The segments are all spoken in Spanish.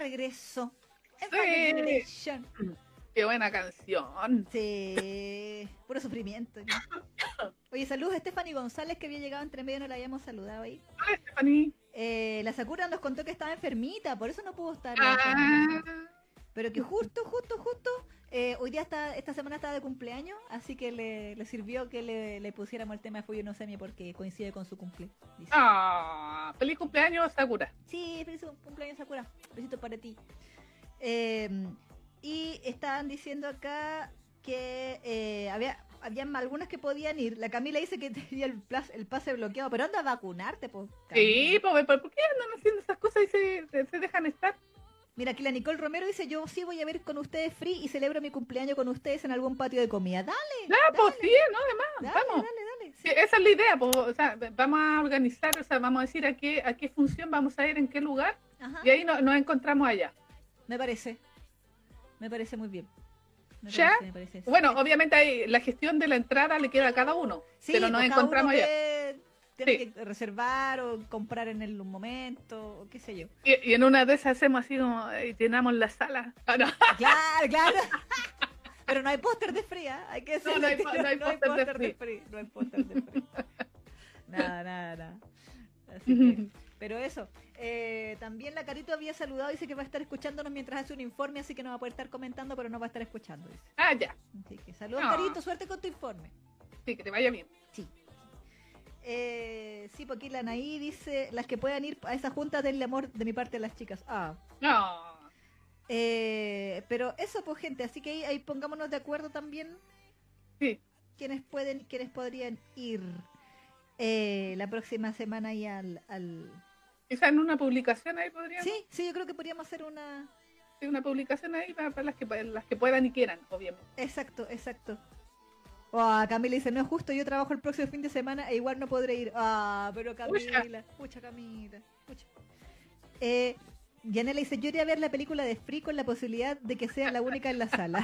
regreso. En Sí. Family Generation. Qué buena canción. Sí, puro sufrimiento. Oye, saludos a Stephanie González, que había llegado entre medio, no la habíamos saludado ahí. Hola, Stephanie. La Sakura nos contó que estaba enfermita, por eso no pudo estar. Ah, Pero que justo, hoy día esta semana estaba de cumpleaños, así que le sirvió que le pusiéramos el tema de Fuyo no Semi porque coincide con su cumple. Dice. feliz cumpleaños, Sakura. Sí, feliz cumpleaños, Sakura. Besito para ti. Y estaban diciendo acá que habían algunas que podían ir. La Camila dice que tenía el pase bloqueado, pero anda a vacunarte, pues. Sí, pues, ¿por qué andan haciendo esas cosas y se dejan estar? Mira, aquí la Nicole Romero dice, yo sí voy a ver con ustedes free y celebro mi cumpleaños con ustedes en algún patio de comida. Dale, Pues sí, ¿no? Además, vamos. Dale. Sí, esa es la idea, pues, o sea, vamos a organizar, o sea, vamos a decir a qué función vamos a ir, en qué lugar, Ajá. y ahí nos encontramos allá. Me parece muy bien. ¿Ya? Bueno, obviamente ahí la gestión de la entrada le queda a cada uno, sí, pero nos pues encontramos allá. Tiene que reservar o comprar en un momento, o qué sé yo. Y en una de esas hacemos así como, llenamos la sala. No. Claro. Pero no hay póster de fría, hay que decirlo. No hay póster de free. No hay póster de free. Nada. Así que, pero eso. También la Carito había saludado, dice que va a estar escuchándonos mientras hace un informe, así que no va a poder estar comentando, pero no va a estar escuchando, dice. Ya. Así que saludos, Carito, suerte con tu informe. Sí, que te vaya bien. Sí. Sí, porque aquí la Anaí dice, las que puedan ir a esa junta, denle amor de mi parte a las chicas. No. Pero eso, pues, gente, así que ahí pongámonos de acuerdo también. Sí. Quienes podrían ir la próxima semana ahí al... Quizá en una publicación ahí podríamos. Sí, yo creo que podríamos hacer una publicación ahí para las que puedan y quieran, obviamente. Exacto. Camila dice, no es justo, yo trabajo el próximo fin de semana e igual no podré ir. Pero Camila, Camila. Yanela dice, yo iría a ver la película de Free con la posibilidad de que sea la única en la sala.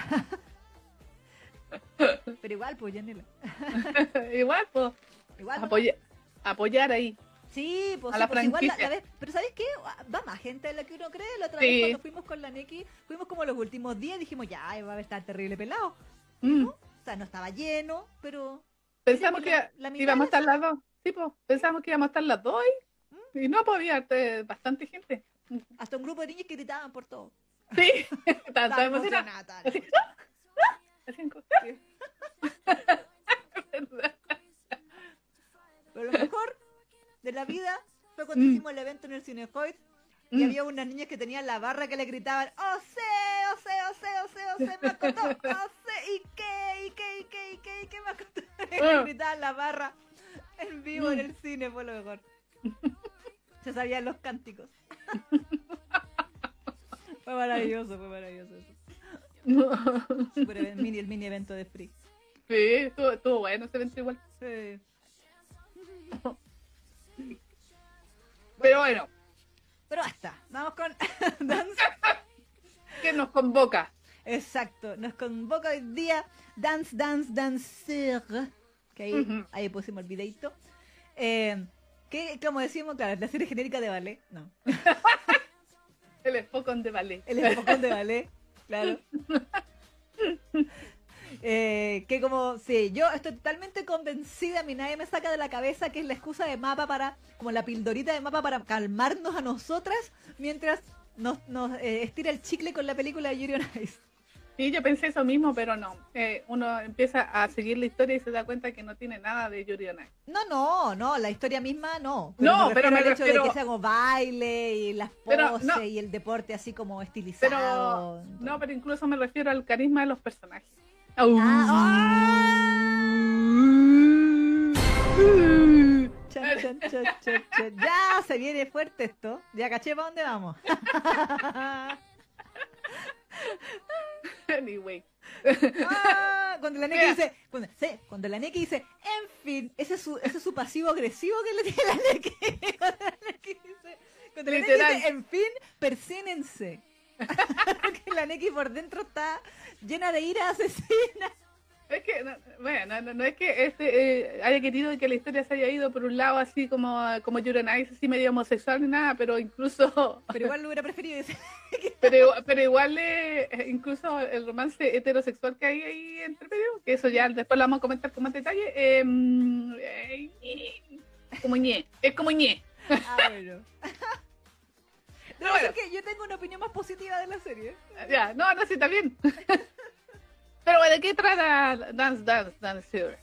Pero igual, pues, Yanela. Igual, pues. Apoyar ahí. Sí, pues, a la franquicia. Igual la vez, pero ¿sabes qué? Va más gente de la que uno cree. La otra vez cuando fuimos con la Neki, fuimos como los últimos días, dijimos, ya, va a estar terrible pelado. ¿No? O sea, no estaba lleno, pero... Pensamos que íbamos a estar las dos. Sí, pues, pensamos que íbamos a estar las dos y no, pues había bastante gente. Hasta un grupo de niños que gritaban por todo. Sí, estaba emocionada. Pero lo mejor de la vida fue cuando hicimos el evento en el Cinefoid y había unas niñas que tenían la barra que le gritaban ¡Ose, Makoto! ¡Ose! ¿Y qué Makoto? Le gritaban la barra en vivo en el cine, fue lo mejor. Se sabían los cánticos. Fue maravilloso eso. El mini evento de Free. Sí, estuvo bueno ese evento igual. Sí. Pero bueno. Pero basta, vamos con Dance. ¿Qué nos convoca? Exacto, nos convoca hoy día Dancer. Que ahí pusimos el videito. Que como decimos, claro, la serie genérica de ballet. No. El enfocón de ballet. El enfocón de ballet, claro. Que como, sí, yo estoy totalmente convencida, a mí nadie me saca de la cabeza que es la excusa de Mapa como la pildorita de Mapa para calmarnos a nosotras mientras nos estira el chicle con la película de Yuri on Ice. Sí, yo pensé eso mismo, pero no. Uno empieza a seguir la historia y se da cuenta que no tiene nada de Yuri on Ice. No, la historia misma no. Pero me refiero hecho de que sea como baile y las poses y el deporte así como estilizado. Pero incluso me refiero al carisma de los personajes. Ya se viene fuerte esto. Ya caché para dónde vamos. Anyway. Cuando la Neki dice, en fin, ese es su pasivo agresivo que le tiene la Neki. Cuando la Neki dice, en fin, persínense. Que la Neki por dentro está llena de ira asesina. Es que, bueno, no es que haya querido que la historia se haya ido por un lado así como Yuri on Ice, así medio homosexual ni nada, pero incluso... Pero igual lo hubiera preferido. pero igual incluso el romance heterosexual que hay ahí entre medio, que eso ya después lo vamos a comentar con más detalle, como ñe, es como ñe. Ah, bueno. Pero bueno. Que yo tengo una opinión más positiva de la serie. Ya, no, sí, está bien. Pero bueno, ¿de qué trata Dance Theory?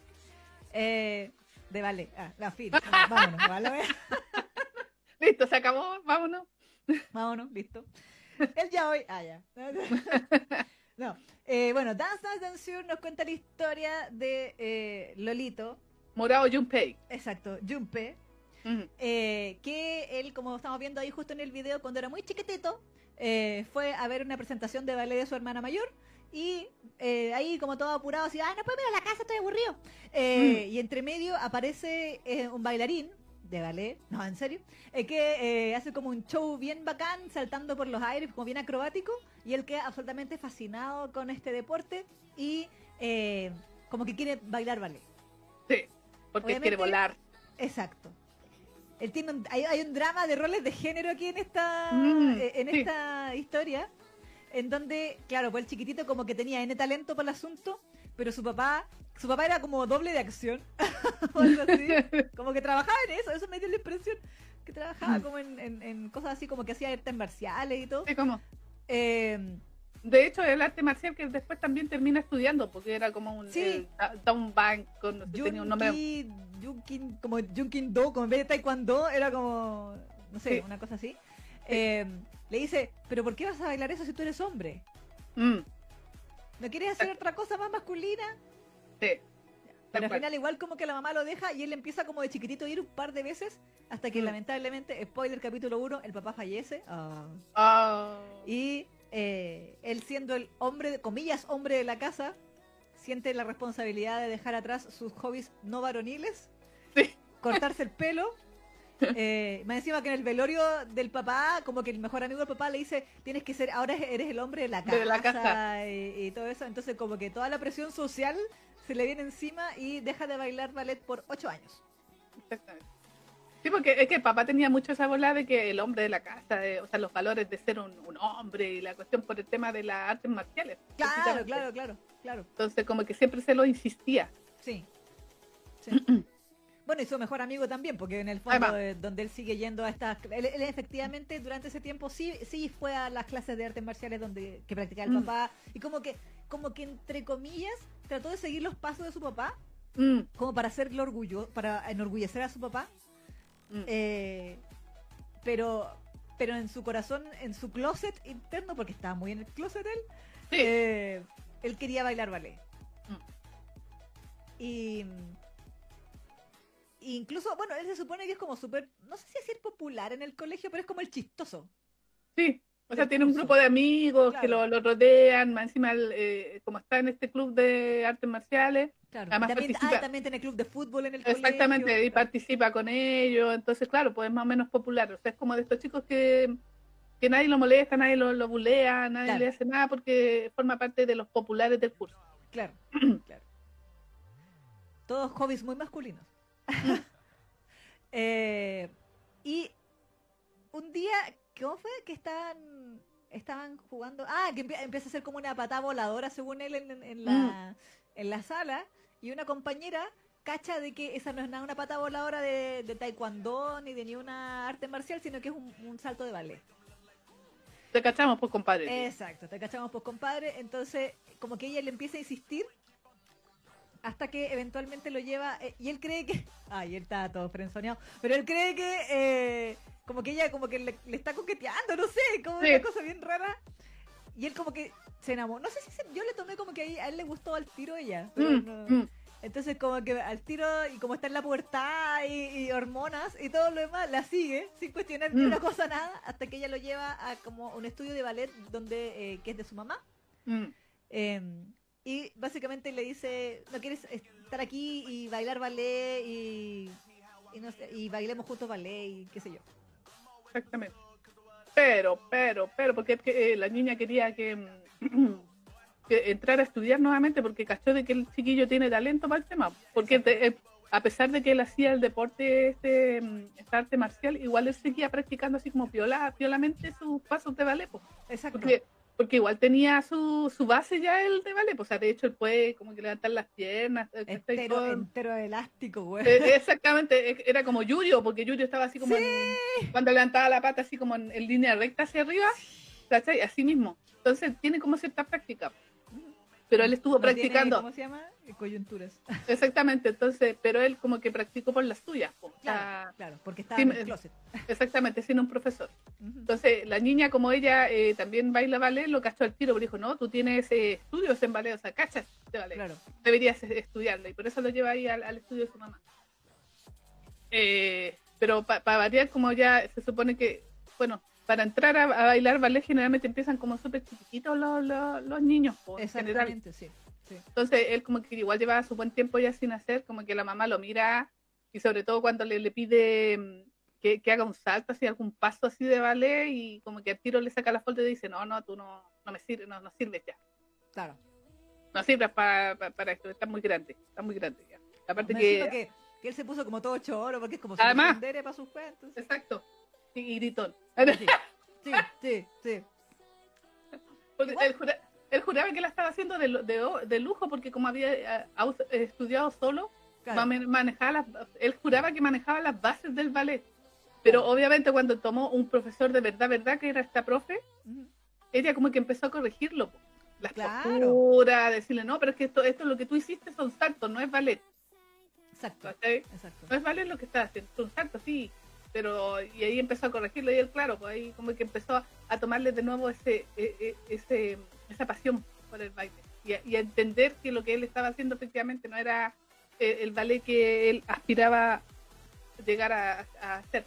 De ballet. La fin. Vámonos, ¿vale? Listo, se acabó, vámonos. Vámonos, listo. El ya hoy. Ya. No. Bueno, Dance nos cuenta la historia de Lolito. Morao Junpei. Exacto, Junpei. Uh-huh. Que él, como estamos viendo ahí justo en el video, cuando era muy chiquitito, fue a ver una presentación de ballet de su hermana mayor. Y ahí como todo apurado, así, no puedo ir a la casa, estoy aburrido. Y entre medio aparece un bailarín de ballet, no, en serio, que hace como un show bien bacán, saltando por los aires, como bien acrobático, y él queda absolutamente fascinado con este deporte y como que quiere bailar ballet. Sí, porque obviamente, quiere volar. Exacto. Él tiene hay un drama de roles de género aquí en esta esta historia, en donde, claro, pues el chiquitito como que tenía N talento para el asunto, pero su papá era como doble de acción, o algo así, como que trabajaba en eso me dio la impresión, que trabajaba como en cosas así, como que hacía artes marciales y todo. Sí, ¿cómo? De hecho, el arte marcial que después también termina estudiando, porque era como un down bank, tenía un nombre... como Junkin Do, como en vez de Taekwondo, era como, no sé, una cosa así. Le dice, pero ¿por qué vas a bailar eso si tú eres hombre? ¿No quieres hacer otra cosa más masculina? Sí. Pero al final igual como que la mamá lo deja y él empieza como de chiquitito a ir un par de veces hasta que lamentablemente, spoiler capítulo 1, el papá fallece. Y él siendo el hombre, comillas, hombre de la casa, siente la responsabilidad de dejar atrás sus hobbies no varoniles, cortarse el pelo. Más encima que en el velorio del papá, como que el mejor amigo del papá le dice, tienes que ser, ahora eres el hombre de la casa, y todo eso. Entonces como que toda la presión social se le viene encima y deja de bailar ballet por 8 años. Exactamente. Sí, porque es que el papá tenía mucho esa bola de que el hombre de la casa, o sea, los valores de ser un hombre y la cuestión por el tema de las artes marciales. Claro. Entonces como que siempre se lo insistía. Sí. Bueno, y su mejor amigo también, porque en el fondo donde él sigue yendo a estas... Él efectivamente durante ese tiempo sí fue a las clases de artes marciales que practicaba el papá, y como que entre comillas trató de seguir los pasos de su papá, como para hacerle orgullo, para enorgullecer a su papá, pero en su corazón, en su closet interno, porque estaba muy en el closet él quería bailar ballet. Y incluso, bueno, él se supone que es como súper, no sé si decir popular en el colegio, pero es como el chistoso. Sí, o sea, tiene un grupo de amigos que lo rodean, más encima, como está en este club de artes marciales. Claro. Además también tiene club de fútbol en el Exactamente, colegio. Y participa con ellos, entonces claro, pues es más o menos popular. O sea, es como de estos chicos que nadie lo molesta, nadie lo bulea, nadie le hace nada porque forma parte de los populares del curso. Claro. Todos hobbies muy masculinos. Y un día, ¿cómo fue? Que estaban jugando, que empieza a hacer como una patada voladora según él en la sala, y una compañera cacha de que esa no es nada una patada voladora de taekwondo ni de ni una arte marcial, sino que es un salto de ballet. Te cachamos, pues, compadre. Exacto, te cachamos, pues, compadre. Entonces, como que ella le empieza a insistir hasta que eventualmente lo lleva, y él cree que... Ay, él está todo frenzoneado, pero él cree que como que ella como que le está coqueteando, no sé, como una cosa bien rara. Y él como que se enamoró. No sé si yo le tomé como que a él le gustó al tiro ella. Pero entonces como que al tiro, y como está en la pubertad y hormonas y todo lo demás, la sigue sin cuestionar ni una cosa nada, hasta que ella lo lleva a como un estudio de ballet donde que es de su mamá. Y básicamente le dice, ¿no quieres estar aquí y bailar ballet y no sé, y bailemos juntos ballet y qué sé yo? Exactamente. Pero, porque la niña quería que que entrar a estudiar nuevamente porque cachó de que el chiquillo tiene talento para el tema. Porque a pesar de que él hacía el deporte, esta arte marcial, igual él seguía practicando así como piolamente sus pasos de ballet. Exacto. Porque igual tenía su base ya el de ballet. O sea, de hecho, él puede como que levantar las piernas. Entero elástico, güey. Exactamente, era como Yurio, porque Yurio estaba así como cuando levantaba la pata así como en línea recta hacia arriba, ¿cachai? Así mismo. Entonces tiene como cierta práctica. Pero él estuvo practicando. ¿Cómo se llama? Coyunturas. Exactamente, entonces, pero él como que practicó por las suyas. Claro, porque estaba en el closet. Exactamente, sin un profesor. Entonces, la niña, como ella también baila ballet, lo cachó al tiro, pero dijo, no, tú tienes estudios en ballet, o sea, cachas de ballet. Claro. Deberías estudiarlo, y por eso lo lleva ahí al estudio de su mamá. Pero para variar, como ya se supone que, bueno, para entrar a bailar ballet generalmente empiezan como súper chiquititos los niños. Exactamente, sí. Entonces él como que igual llevaba su buen tiempo ya sin hacer, como que la mamá lo mira y sobre todo cuando le pide que haga un salto, así algún paso así de ballet y como que al tiro le saca la foto y dice, no, tú no me sirves, no sirves ya. Claro. No sirves para esto, está muy grande ya. Aparte que él se puso como todo choro porque es como además, si para sus cuentos. Exacto. Y gritón. Sí. Porque él juraba que la estaba haciendo de lujo porque como había estudiado solo, claro, él juraba que manejaba las bases del ballet. Pero claro, obviamente cuando tomó un profesor de verdad, que era esta profe, ella como que empezó a corregirlo. Las posturas, decirle, no, pero es que esto lo que tú hiciste son saltos, no es ballet. Exacto. No es ballet lo que estás haciendo, son saltos, sí. Pero, y ahí empezó a corregirlo y él, claro, pues ahí como que empezó a tomarle de nuevo esa pasión por el baile y a entender que lo que él estaba haciendo efectivamente no era el ballet que él aspiraba a llegar a hacer.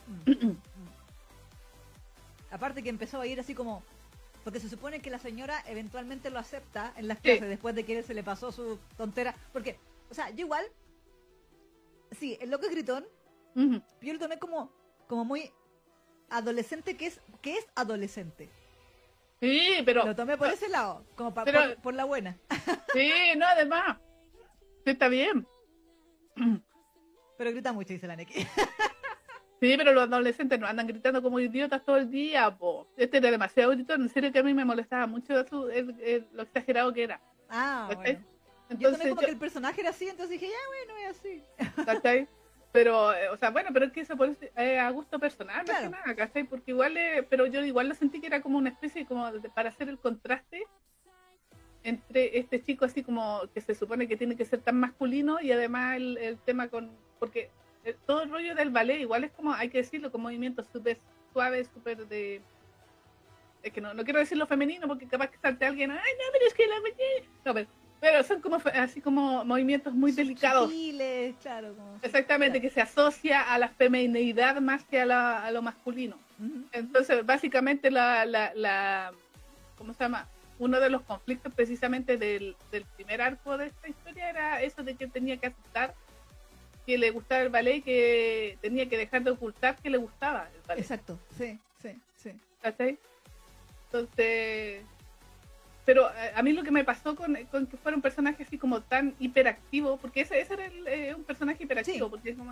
Aparte que empezó a ir así como, porque se supone que la señora eventualmente lo acepta en las clases después de que él se le pasó su tontera, porque, o sea, yo igual, sí, el loco es gritón. Yo lo tomé como muy adolescente, que es adolescente. Sí, pero... Lo tomé por ese lado, como por la buena. Sí, no, además. Sí, está bien. Pero grita mucho, dice la Neki. Sí, pero los adolescentes no andan gritando como idiotas todo el día, po. Este era demasiado gritón, en serio que a mí me molestaba mucho lo exagerado que era. Bueno. Entonces, yo tomé como que el personaje era así, entonces dije, ya bueno, es así. ¿Cachai? Pero, o sea, bueno, pero es que eso por a gusto personal, claro, más que nada, ¿cachai? Porque igual, pero yo igual lo sentí que era como una especie como para hacer el contraste entre este chico así como que se supone que tiene que ser tan masculino y además el tema porque todo el rollo del ballet igual es como, hay que decirlo, con movimientos súper suaves, súper de... Es que no quiero decirlo femenino porque capaz que salte alguien, ay, no, pero es que la... No, pero son como así como movimientos muy delicados. Sutiles, claro. Exactamente, que se asocia a la femineidad más que a lo masculino. Entonces, básicamente ¿cómo se llama? Uno de los conflictos precisamente del primer arco de esta historia era eso de que tenía que aceptar que le gustaba el ballet y que tenía que dejar de ocultar que le gustaba el ballet. Exacto, sí. ¿Cachai? Entonces... Pero a mí lo que me pasó con que fuera un personaje así como tan hiperactivo, porque ese era un personaje hiperactivo, porque es como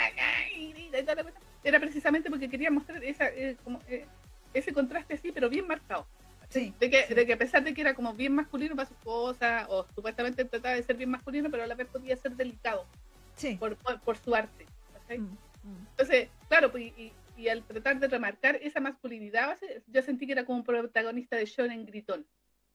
era precisamente porque quería mostrar ese contraste así, pero bien marcado. Sí, de que a pesar de que era como bien masculino para sus cosas, o supuestamente trataba de ser bien masculino, pero a la vez podía ser delicado por su arte. Entonces, claro, pues, y al tratar de remarcar esa masculinidad, yo sentí que era como un protagonista de shonen gritón.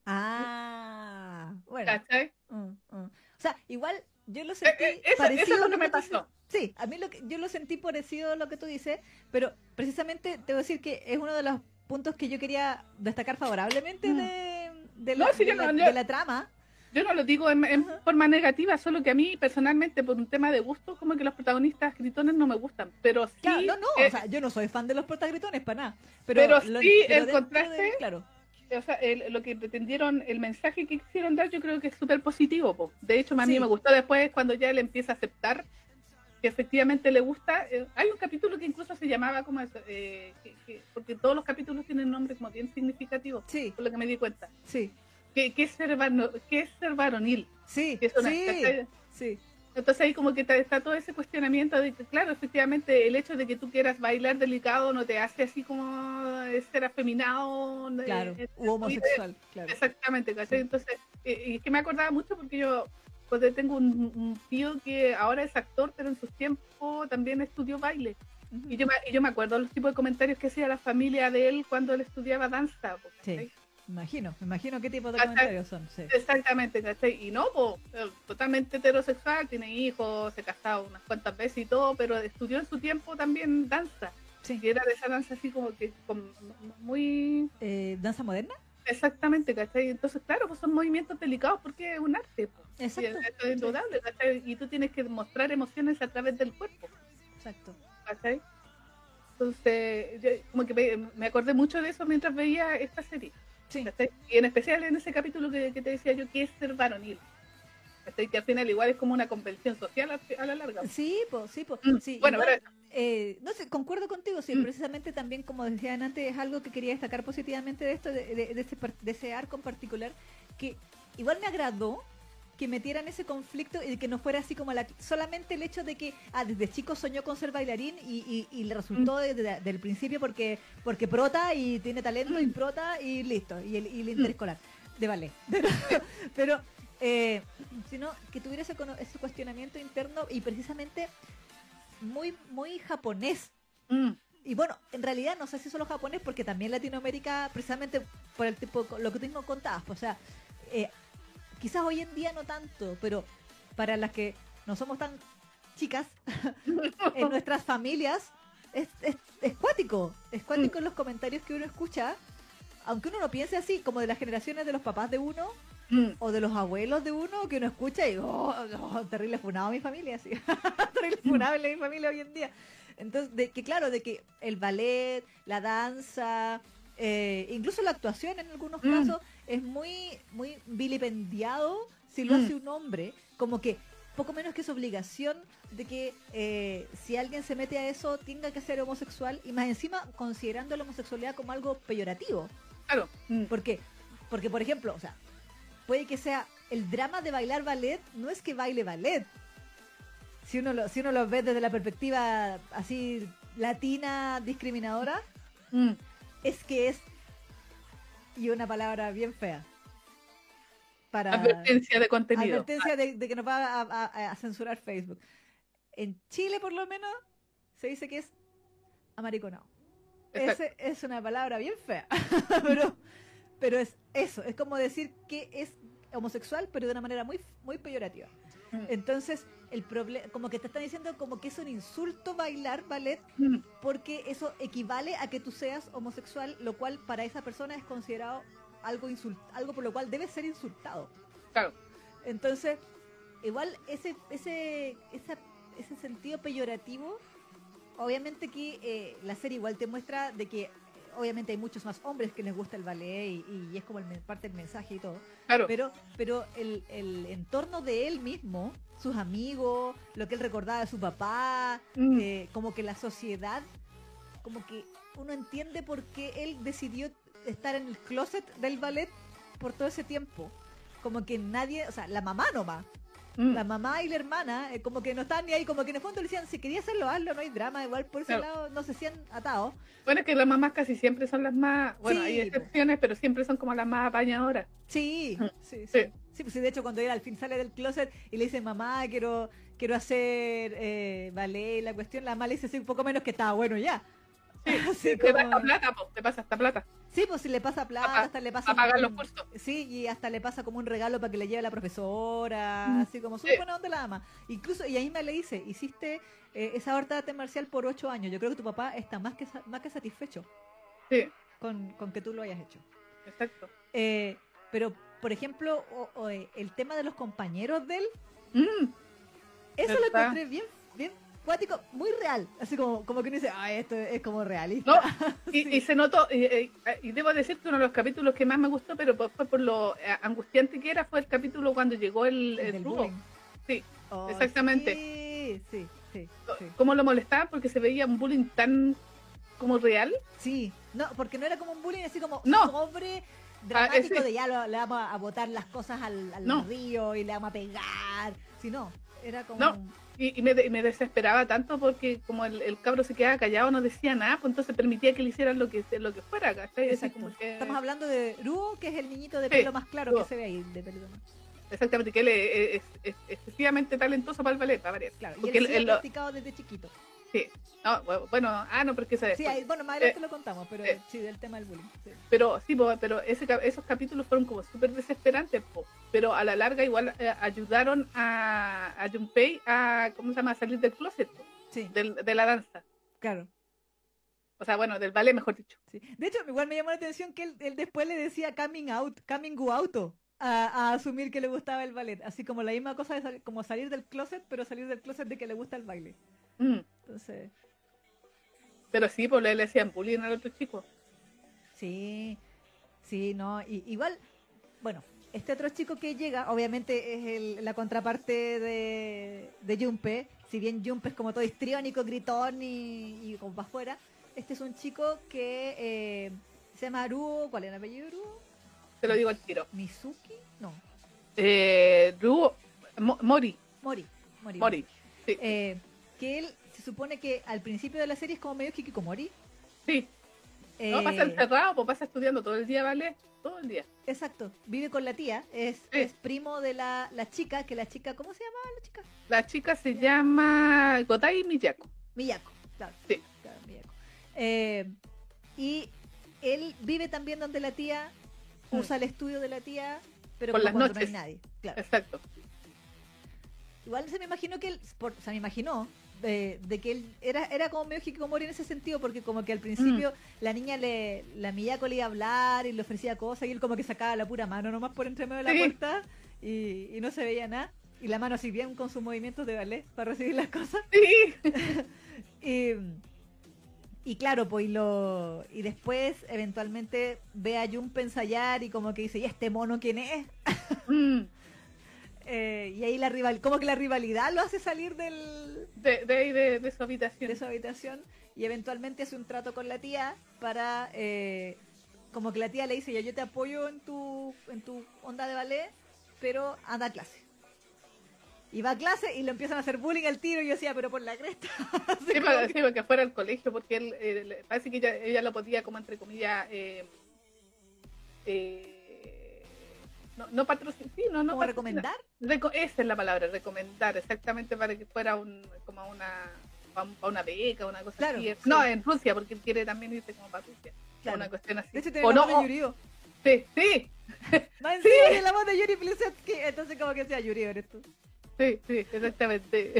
Bueno. ¿Cachai? O sea, igual yo lo sentí parecido. Eso es lo que me pasó. Sí, a mí yo lo sentí parecido a lo que tú dices, pero precisamente te voy a decir que es uno de los puntos que yo quería destacar favorablemente de la trama. Yo no lo digo en forma negativa, solo que a mí personalmente por un tema de gusto, como que los protagonistas gritones no me gustan, pero sí... Claro, o sea, yo no soy fan de los protagritones para nada. Pero sí el contraste... Claro. O sea, lo que pretendieron, el mensaje que quisieron dar, yo creo que es súper positivo, po. De hecho, a mí me gustó después cuando ya él empieza a aceptar que efectivamente le gusta. Hay un capítulo que incluso se llamaba como eso, porque todos los capítulos tienen nombres como bien significativos, por lo que me di cuenta. Sí. ¿qué es qué es ser varonil? Sí, Que es una, sí, ¿cachai? sí, Entonces ahí como que está todo ese cuestionamiento de que, claro, efectivamente, el hecho de que tú quieras bailar delicado no te hace así como ser afeminado. claro, En u tu vida. homosexual, claro. Exactamente, ¿cachai? Sí. Entonces, y es que me acordaba mucho porque yo pues, tengo un tío que ahora es actor, pero en sus tiempos también estudió baile. Ujú. Y yo me acuerdo los tipos de comentarios que hacía la familia de él cuando él estudiaba danza. Sí, ¿Cachai? me imagino qué tipo de ¿Cachai? comentarios son, sí. Exactamente, ¿cachai? Y no, pues, totalmente heterosexual, tiene hijos, se ha casado unas cuantas veces y todo, pero estudió en su tiempo también danza. Sí. Y era de esa danza así como que muy ¿Danza moderna? exactamente, ¿cachai? Entonces, claro, pues son movimientos delicados porque es un arte, pues. Y Exacto. eso es indudable, ¿cachai? Y tú tienes que mostrar emociones a través del cuerpo, Exacto. ¿cachai? Entonces, yo como que me acordé mucho de eso mientras veía esta serie. Sí. ¿Cachai? Y en especial en ese capítulo que te decía yo, que es ser varonil. ¿Cachai? Que al final igual es como una convención social a la larga. Sí, pues, sí, pues. Mm, Sí, bueno, igual, pero no sé, concuerdo contigo, sí, mm, precisamente también, como decían antes, es algo que quería destacar positivamente de esto, de ese arco en particular, que igual me agradó que metieran ese conflicto y que no fuera así como solamente el hecho de que desde chico soñó con ser bailarín y le resultó desde el principio porque prota y tiene talento y prota y listo, y el interescolar de ballet. Pero sino que tuviera ese cuestionamiento interno y precisamente muy, muy japonés. mm, Y bueno, en realidad no sé si solo japonés, porque también Latinoamérica, precisamente por el tipo, lo que tengo contadas, pues, o sea, eh, quizás hoy en día no tanto, pero para las que no somos tan chicas, en nuestras familias, es cuático. Es cuático los comentarios que uno escucha, aunque uno no piense así, como de las generaciones de los papás de uno, mm, o de los abuelos de uno, que uno escucha y, terrible funado mi familia, así. Terrible funable mi familia hoy en día. Entonces, claro, de que el ballet, la danza, incluso la actuación en algunos casos, es muy, muy vilipendiado si lo hace un hombre, como que poco menos que es obligación de que si alguien se mete a eso tenga que ser homosexual y más encima considerando la homosexualidad como algo peyorativo. claro. Porque, por ejemplo, o sea, puede que sea el drama de bailar ballet, no es que baile ballet. Si uno lo ve desde la perspectiva así latina discriminadora, Mm, es que es, y una palabra bien fea, para advertencia de contenido. advertencia de que nos va a censurar Facebook. En Chile, por lo menos, se dice que es amariconado. Exacto. Ese es una palabra bien fea, pero es eso, es como decir que es homosexual, pero de una manera muy, muy peyorativa. Mm, Entonces, el problema, como que te están diciendo como que es un insulto bailar ballet, mm, porque eso equivale a que tú seas homosexual, lo cual para esa persona es considerado algo por lo cual debe ser insultado. claro. Entonces, igual ese sentido peyorativo, obviamente que la serie igual te muestra de que obviamente hay muchos más hombres que les gusta el ballet y es como parte del mensaje y todo. Claro. Pero el entorno de él mismo, sus amigos, lo que él recordaba de su papá, como que la sociedad, como que uno entiende por qué él decidió estar en el closet del ballet por todo ese tiempo. Como que nadie, o sea, la mamá nomás. La mamá y la hermana, como que no estaban ni ahí, como que en el fondo le decían, si quería hacerlo, hazlo, no hay drama, igual por ese lado no se sientan atados. Bueno, es que las mamás casi siempre son las más, bueno, Sí, hay excepciones, pero siempre son como las más apañadoras. Sí, sí, Sí. sí. Sí, pues sí, de hecho cuando él al fin sale del closet y le dice, mamá, quiero hacer ballet, la cuestión, la mamá le dice así un poco menos que estaba bueno ya. Sí, te pasa plata, po, te pasa hasta plata. Sí, pues si le pasa plata, hasta le pasa... A pagar los cursos. Sí, y hasta le pasa como un regalo para que le lleve a la profesora, así como súper buena onda la ama. Incluso, y ahí me le dice, hiciste esa arte marcial por 8 años, yo creo que tu papá está más que satisfecho Sí, con que tú lo hayas hecho. exacto. Pero, por ejemplo, el tema de los compañeros de él, eso ¿verdad? lo encontré bien, bien cuático, muy real. Así como que uno dice, esto es como realista. No, Sí. y se notó, y debo decir que uno de los capítulos que más me gustó, pero fue por lo angustiante que era, fue el capítulo cuando llegó el del rubo. bullying. Sí, Oh, exactamente. Sí. Cómo lo molestaban porque se veía un bullying tan como real. Sí, no, porque no era como un bullying así como No. sobre dramático ese, de ya le vamos a botar las cosas al no, río y le vamos a pegar. Si no, era como... no. Y me desesperaba tanto porque como el cabro se quedaba callado, no decía nada, pues entonces permitía que le hicieran lo que fuera, ¿cachai? Así Exacto. como que, Estamos hablando de Ruo, que es el niñito de sí, pelo más claro que Ruo. se ve ahí, de pelo más. Exactamente, que él es excesivamente talentoso para el ballet, para variar. Claro, y Porque él sí ha practicado desde chiquito. sí. No, bueno, no, porque se Sí, después. bueno, más adelante lo contamos, pero sí, del tema del bullying. Sí. Pero sí, pero esos capítulos fueron como súper desesperantes, pero a la larga igual ayudaron a Junpei a, ¿cómo se llama?, a salir del closet, Sí, de la danza. claro. O sea, bueno, del ballet, mejor dicho. Sí. De hecho, igual me llamó la atención que él después le decía coming out, coming out, a asumir que le gustaba el ballet. Así como la misma cosa de como salir del closet, pero salir del closet de que le gusta el baile. Mm. Entonces, Pero sí, pues le decían bullying al otro chico. sí, sí, no. Igual, bueno, este otro chico que llega, obviamente es la contraparte de Junpei. Si bien Junpei es como todo histriónico, gritón y como para afuera, este es un chico que se llama Ruo. ¿Cuál es el apellido de Ruo? Te lo digo al tiro. ¿Mizuki? No, Mori. Mori. Sí, Que él se supone que al principio de la serie es como medio hikikomori. sí. No, pasa encerrado, pues pasa estudiando todo el día ballet, todo el día. Exacto, vive con la tía, es primo de la chica, que la chica, ¿cómo se llama la chica? La chica se llama Gotai Miyako. Miyako, claro. Sí. Claro, Miyako. Y él vive también donde la tía, usa el estudio de la tía, pero Por como las cuando noches. no hay nadie. Claro. Exacto. Igual se me imaginó que él, se me imaginó de que él era como medio hikikomori en ese sentido, porque como que al principio la niña la Miyako le iba a hablar y le ofrecía cosas y él como que sacaba la pura mano nomás por entre medio de la Sí. puerta y no se veía nada. Y la mano así bien con sus movimientos de ballet para recibir las cosas. Sí. Y claro, pues y después eventualmente ve a Junpei ensayar y como que dice, ¿y este mono quién es? Mm. Y ahí como que la rivalidad lo hace salir De su habitación. de su habitación y eventualmente hace un trato con la tía para como que la tía le dice, ya yo te apoyo en tu onda de ballet, pero anda a clase. Y va a clase y lo empiezan a hacer bullying al tiro y yo decía, pero por la cresta. Así Sí, como que- porque fuera al colegio, porque parece que ella lo podía, como entre comillas, no patrocinar, sí, no como patrocinar. recomendar. Esa es la palabra, recomendar, exactamente para que fuera como para una beca, una cosa Claro, así. sí. No, en Rusia, porque él quiere también irse como para Rusia. Claro. Una cuestión así. De hecho tiene O la no, voz de Yurio. sí, sí, Más encima tiene la voz de Yuri Plisetski, entonces como que sea Yuri, eres tú. sí, exactamente.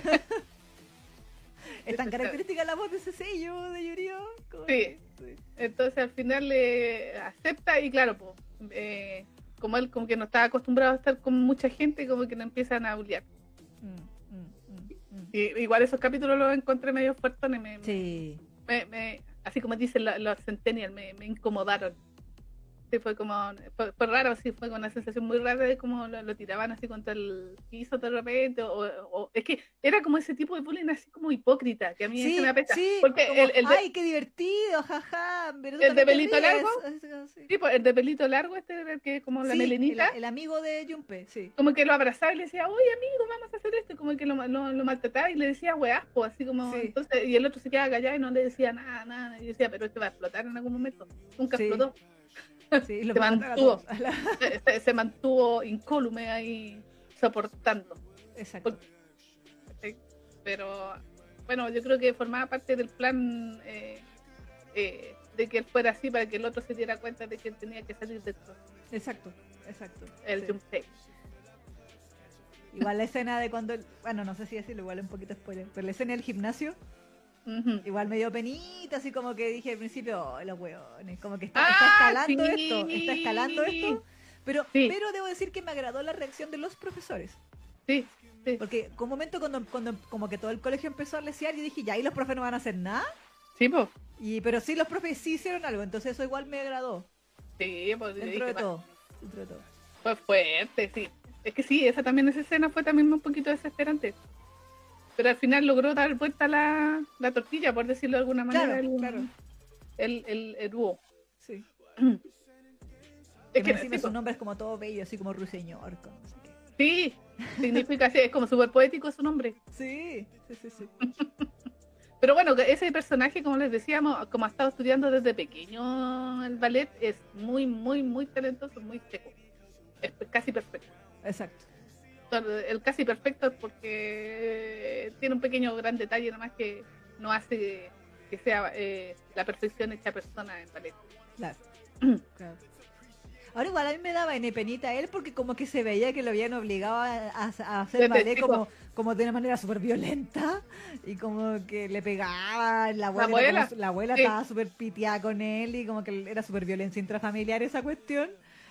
Es tan característica la voz de ese sello de Yuri. Sí. Entonces al final le acepta y claro, pues, como él como que no estaba acostumbrado a estar con mucha gente, como que no empiezan a bullear. Y igual esos capítulos los encontré medio fuertes, Sí. así como dicen los Centennial, me incomodaron. Sí, fue raro, sí, fue con una sensación muy rara de cómo lo tiraban así contra el piso de repente, o es que era como ese tipo de bullying así como hipócrita, que a mí se me apetece. Sí, Porque como, ay, qué divertido, jaja. Pero tú el de también te pelito ríes. largo, Sí. sí, pues, el de pelito largo, que es como la Sí, melenita, el amigo de Junpei, sí. como que lo abrazaba y le decía, oye amigo, vamos a hacer esto, como que lo maltrataba y le decía weas, pues, así como, Sí. entonces, y el otro se quedaba callado y no le decía nada, y decía, pero este va a explotar en algún momento, nunca Sí. explotó. Sí, lo Se puedo matar a mantuvo. todos. se mantuvo incólume ahí soportando. Exacto. ¿Sí? Pero bueno, yo creo que formaba parte del plan de que él fuera así para que el otro se diera cuenta de que él tenía que salir de esto. Exacto. El Sí. Junpei. Igual la escena de cuando, bueno, no sé si decirlo, igual un poquito spoiler, pero la escena del gimnasio, Uh-huh. igual me dio penita, así como que dije al principio, oh, los hueones, como que está escalando esto, pero debo decir que me agradó la reacción de los profesores. Sí. Porque con un momento cuando como que todo el colegio empezó a lesear, yo dije, ya, ¿y los profes no van a hacer nada? Sí, pues. Pero sí, los profes sí hicieron algo, entonces eso igual me agradó. Sí, pues. Dentro de todo. Fue fuerte, sí. Es que sí, esa escena fue también un poquito desesperante. Pero al final logró dar vuelta la tortilla, por decirlo de alguna manera, Claro. el dúo. Sí. Que Es que encima sí, su po. nombre es como todo bello, así como ruiseñor, como no sé qué. Sí, significa así, es como súper poético su nombre. Sí, sí, sí, sí. Pero bueno, que ese personaje, como les decíamos, como ha estado estudiando desde pequeño el ballet, es muy, muy, muy talentoso, muy seco. Es casi perfecto. Exacto. El casi perfecto es porque tiene un pequeño gran detalle, nada más que no hace que sea la perfección hecha persona en ballet. Claro, claro. Ahora igual a mí me daba penita él porque como que se veía que lo habían obligado a hacer Desde ballet chico, como de una manera súper violenta y como que le pegaba, la la abuela, era como abuela, la abuela sí, estaba súper piteada con él y como que era súper violencia intrafamiliar esa cuestión.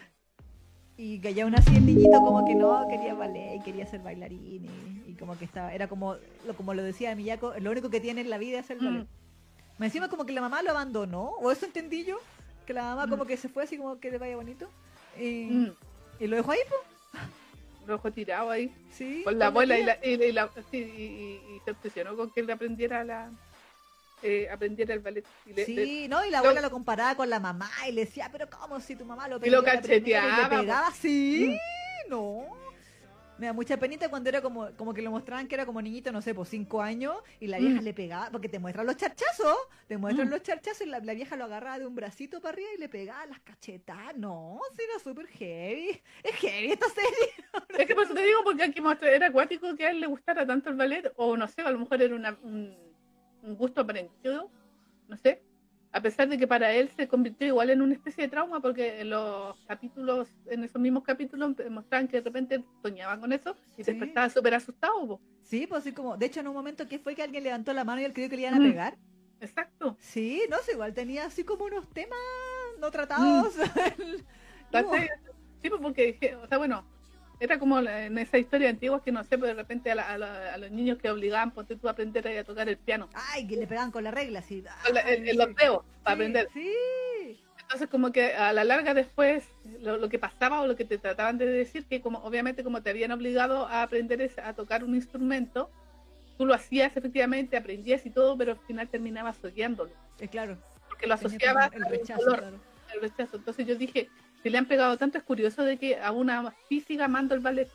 Y que ya aún así el niñito como que no quería ballet y quería ser bailarín y como que estaba, era como lo decía Miyako, lo único que tiene en la vida es el ballet. mm, Me encima como que la mamá lo abandonó, o eso entendí yo, que la mamá mm, como que se fue así como que le vaya bonito. Y, mm, y lo dejó ahí, pues. rojo tirado ahí, Sí, con la con la abuela tía. sí, y se obsesionó con que él aprendiera aprendiera el ballet. Sí, ¿no? Y la Lo- abuela lo comparaba con la mamá y le decía, pero ¿cómo si tu mamá lo y lo pedía a la primera y le cacheteaba, po. pegaba? Sí, Mm, no. Me da mucha penita cuando era como que lo mostraban que era como niñito, no sé, por 5 años, y la vieja mm, le pegaba, porque te muestran los charchazos, mm. y la vieja lo agarraba de un bracito para arriba y le pegaba las cachetadas. No, sí, era súper heavy. Es heavy esta serie. Es que por eso te digo, porque aquí era acuático que a él le gustara tanto el ballet, o no sé, a lo mejor era un gusto aprendido, no sé, a pesar de que para él se convirtió igual en una especie de trauma, porque en los capítulos, en esos mismos capítulos, mostraban que de repente soñaba con eso y Sí, despertaba súper asustado, po. sí, pues así como, de hecho en un momento que fue que alguien levantó la mano y él creyó que le iban a Mm, pegar. exacto. Sí, no sé, igual tenía así como unos temas no Mm, tratados. ¿cachai? Sí, pues porque dije, o sea, bueno, era como en esa historia antigua que no sé, pues de repente a los niños que obligaban, ponte tú a aprender a tocar el piano, Ay, que le pegaban con la regla, sí. en Ay, los sí. dedos, para Sí, aprender. sí. Entonces como que a la larga después lo que pasaba o lo que te trataban de decir, que como obviamente como te habían obligado a aprender a tocar un instrumento, tú lo hacías efectivamente, aprendías y todo, pero al final terminabas odiándolo, Claro, porque lo tenía como asociabas el al rechazo, dolor, claro. al rechazo. Entonces yo dije, si le han pegado tanto, es curioso de que a una sí siga amando el ballet.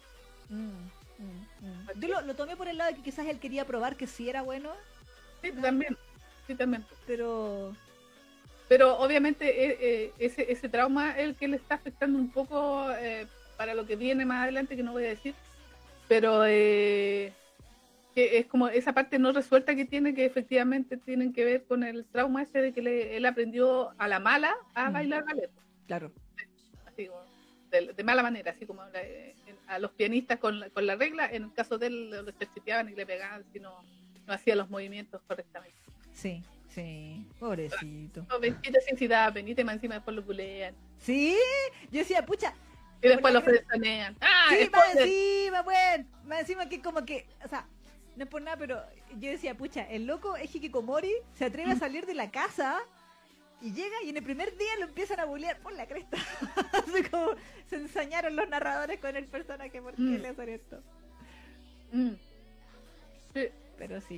Yo lo tomé por el lado de que quizás él quería probar que sí era bueno, Sí, finalmente, también, sí, también. pero Pero obviamente ese trauma es el que le está afectando un poco para lo que viene más adelante, que no voy a decir, pero que es como esa parte no resuelta que tiene, que efectivamente tienen que ver con el trauma ese de que él aprendió a la mala a bailar ballet, claro, así como de mala manera, así como a los pianistas con la regla, en el caso de él lo chachipeaban y le pegaban si no hacía los movimientos correctamente. sí, sí, pobrecito. No, Benita sin si da penita y más encima después lo bulean. Sí, yo decía, pucha, Y por después la lo cresta. fresonean. ¡Ah! Sí, más ¡Spoiler! encima, pues, más encima que como que, o sea, no es por nada, pero yo decía, pucha, el loco es Hikikomori, se atreve a salir de la casa y llega y en el primer día lo empiezan a bullear por la cresta. Así como se ensañaron los narradores con el personaje, ¿por qué le hacen esto? Mm. Sí. Pero sí.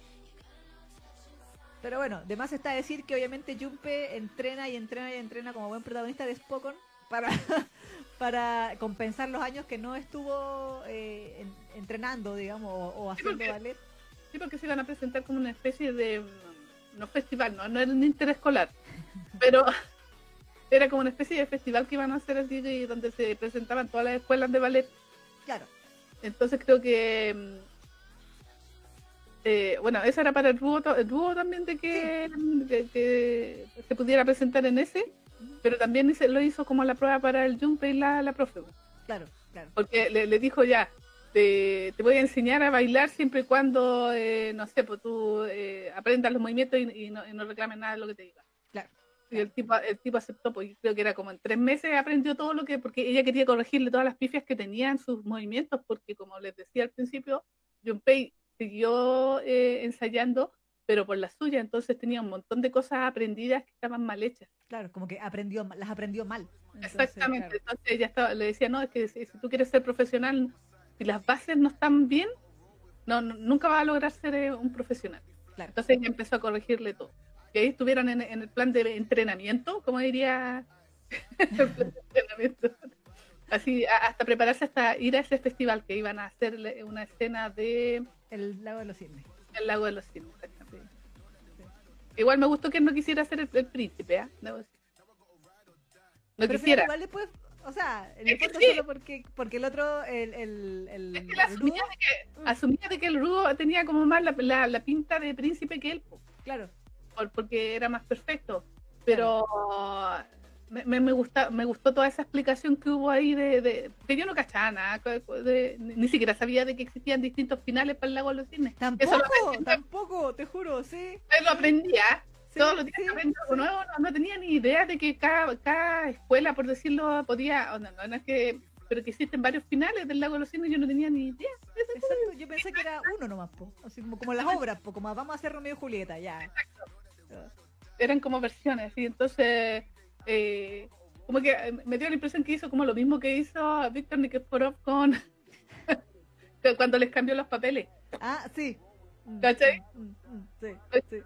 Pero bueno, de más está decir que obviamente Junpei entrena y entrena y entrena como buen protagonista de Spokon para, para compensar los años que no estuvo entrenando, digamos, o haciendo porque- ballet. Sí, porque se iban a presentar como una especie de, no festival, no era un interescolar, pero era como una especie de festival que iban a hacer así, donde se presentaban todas las escuelas de ballet. Claro, Entonces creo que, bueno, eso era para el dúo también de que se pudiera presentar en ese, pero también lo hizo como la prueba para el Junpei y la profe. claro, claro. Porque le dijo ya, te voy a enseñar a bailar siempre y cuando, no sé, pues tú aprendas los movimientos y no reclames nada de lo que te diga. Claro, Y el tipo aceptó, pues creo que era como en 3 meses aprendió todo lo que, porque ella quería corregirle todas las pifias que tenía en sus movimientos, porque como les decía al principio, Junpei siguió ensayando, pero por la suya, entonces tenía un montón de cosas aprendidas que estaban mal hechas. claro, como que las aprendió mal. Entonces, Exactamente, claro, entonces ella le decía, no, es que si tú quieres ser profesional, si las bases no están bien, nunca vas a lograr ser un profesional. claro. Entonces ella empezó a corregirle todo. Que ahí estuvieron en el plan de entrenamiento, como diría el plan de entrenamiento. Así, hasta prepararse hasta ir a ese festival que iban a hacer una escena de El lago de los cisnes. El lago de los cisnes, exactamente. Igual me gustó que no quisiera ser el príncipe, ¿eh? No Pero quisiera. igual después, o sea, en el Es que fondo sí. solo porque el otro, Es que él asumía Rudo, asumía de que el Rudo tenía como más la pinta de príncipe que él, po, claro, porque era más perfecto. Pero me gustó toda esa explicación que hubo ahí que yo no cachaba nada, ni siquiera sabía de que existían distintos finales para el lago de los cisnes. Eso tampoco, te juro, sí. lo aprendía. Sí, Todos los días sí, aprendía algo sí. nuevo, no tenía ni idea de que cada escuela, por decirlo, podía, no es que, pero que existen varios finales del lago de los cisnes, yo no tenía ni idea. Exacto, yo pensé que era uno nomás, po. Así como las obras, po, como vamos a hacer Romeo y Julieta, ya. Eran como versiones, y entonces como que me dio la impresión que hizo como lo mismo que hizo Víctor Nikiforov con cuando les cambió los papeles. Ah, sí. ¿Cachai? Sí, sí.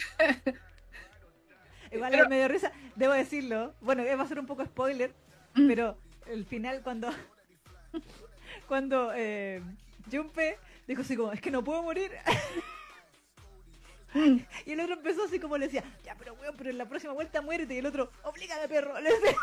Igual me dio risa, debo decirlo. Bueno, va a ser un poco spoiler, pero el final cuando Junpei dijo así como, es que no puedo morir. Y el otro empezó así como le decía, ya, pero weón, pero en la próxima vuelta muérete. Y el otro, oblígame, perro. Le decía.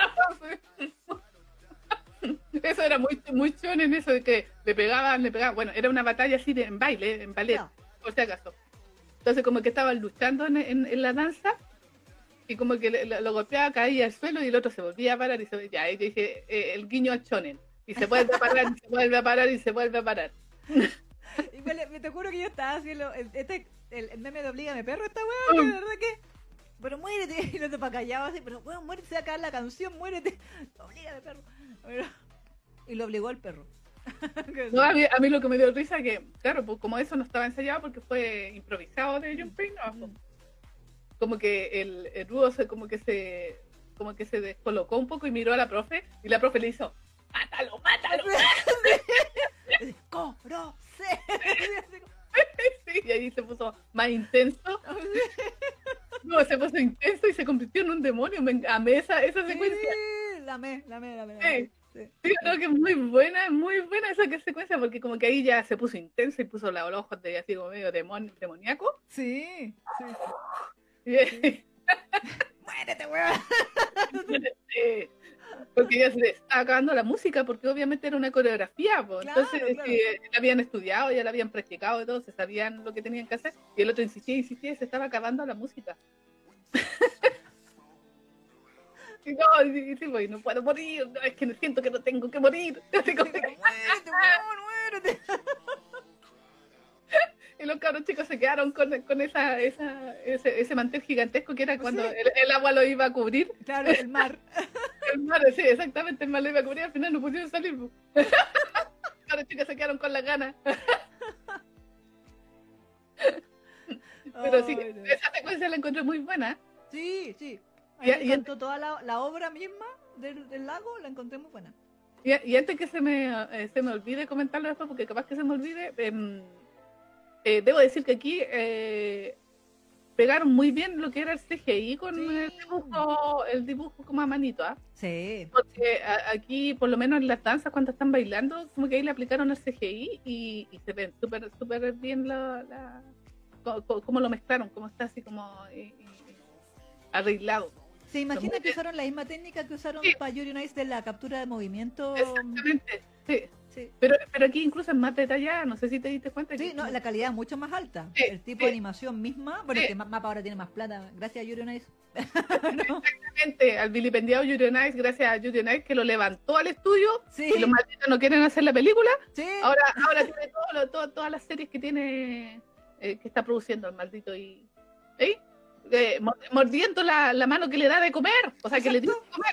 Eso era muy shonen, eso de que le pegaban. Bueno, era una batalla así en ballet, No. por si acaso. Entonces como que estaban luchando en la danza y como que lo golpeaba, caía al suelo y el otro se volvía a parar y ya, y dije, el guiño a shonen. Y se vuelve a parar, y se vuelve a parar, y se vuelve a parar. Igual, te juro que yo estaba haciendo el meme de oblígame, perro, esta weón, de verdad que... Pero muérete. Y el otro para callado así, pero weón, muérete, se va a acabar la canción, muérete. Oblígame, perro. Y lo obligó el perro. No, a mí lo que me dio risa es que, claro, pues como eso no estaba ensayado porque fue improvisado de Junpei, ¿no? Como que el Rudo como que se descolocó un poco y miró a la profe, y la profe le hizo, ¡mátalo, mátalo! ¡Corose! Sí, y ahí se puso más intenso. No, se puso intenso y se convirtió en un demonio. Me amé esa secuencia. Sí, la amé. Sí. Sí. Sí, creo que es muy buena esa secuencia, porque como que ahí ya se puso intenso y puso los ojos de así como medio demoníaco. Sí. Sí. ¡Muérete, weón! Sí. Porque ya se le estaba acabando la música, porque obviamente era una coreografía, pues. Claro, Entonces claro. la habían estudiado, ya la habían practicado y todo, se sabían lo que tenían que hacer, y el otro insistía y se estaba acabando la música. Y no, sí, pues, no puedo morir, no, es que siento que no tengo que morir. ¡Muérete, weón, muérete! Y los cabros chicos se quedaron con ese mantel gigantesco que era cuando Sí. el agua lo iba a cubrir. Claro, el mar. El mar, sí, exactamente, el mar lo iba a cubrir, al final no pudieron salir. Los cabros chicos se quedaron con las ganas. Pero sí, Ay, no. esa secuencia la encontré muy buena. Sí. A Y- mí me y- encantó toda la obra misma del lago, la encontré muy buena. Y antes que se me olvide comentarlo después, porque capaz que se me olvide, debo decir que aquí pegaron muy bien lo que era el CGI con Sí. el dibujo como a manito, ¿ah? Sí. Porque aquí, por lo menos en las danzas, cuando están bailando, como que ahí le aplicaron el CGI y se ven súper bien cómo lo mezclaron, cómo está así como arreglado. ¿Se imagina que usaron la misma técnica que usaron Sí. para Yuri on Ice de la captura de movimiento? Exactamente, sí. Sí. Pero aquí incluso es más detallada, no sé si te diste cuenta. Sí, no, la calidad es mucho más alta. Sí, El tipo sí. de animación misma, bueno, Sí. que Mapa ahora tiene más plata, gracias a Yuri on Ice. ¿No? Exactamente, al vilipendiado Yuri on Ice, gracias a Yuri on Ice que lo levantó al estudio, Sí, y los malditos no quieren hacer la película, sí. ahora tiene todas las series que tiene, que está produciendo el maldito y ¿sí? Mordiendo la mano que le da de comer, o sea, que le dio de comer.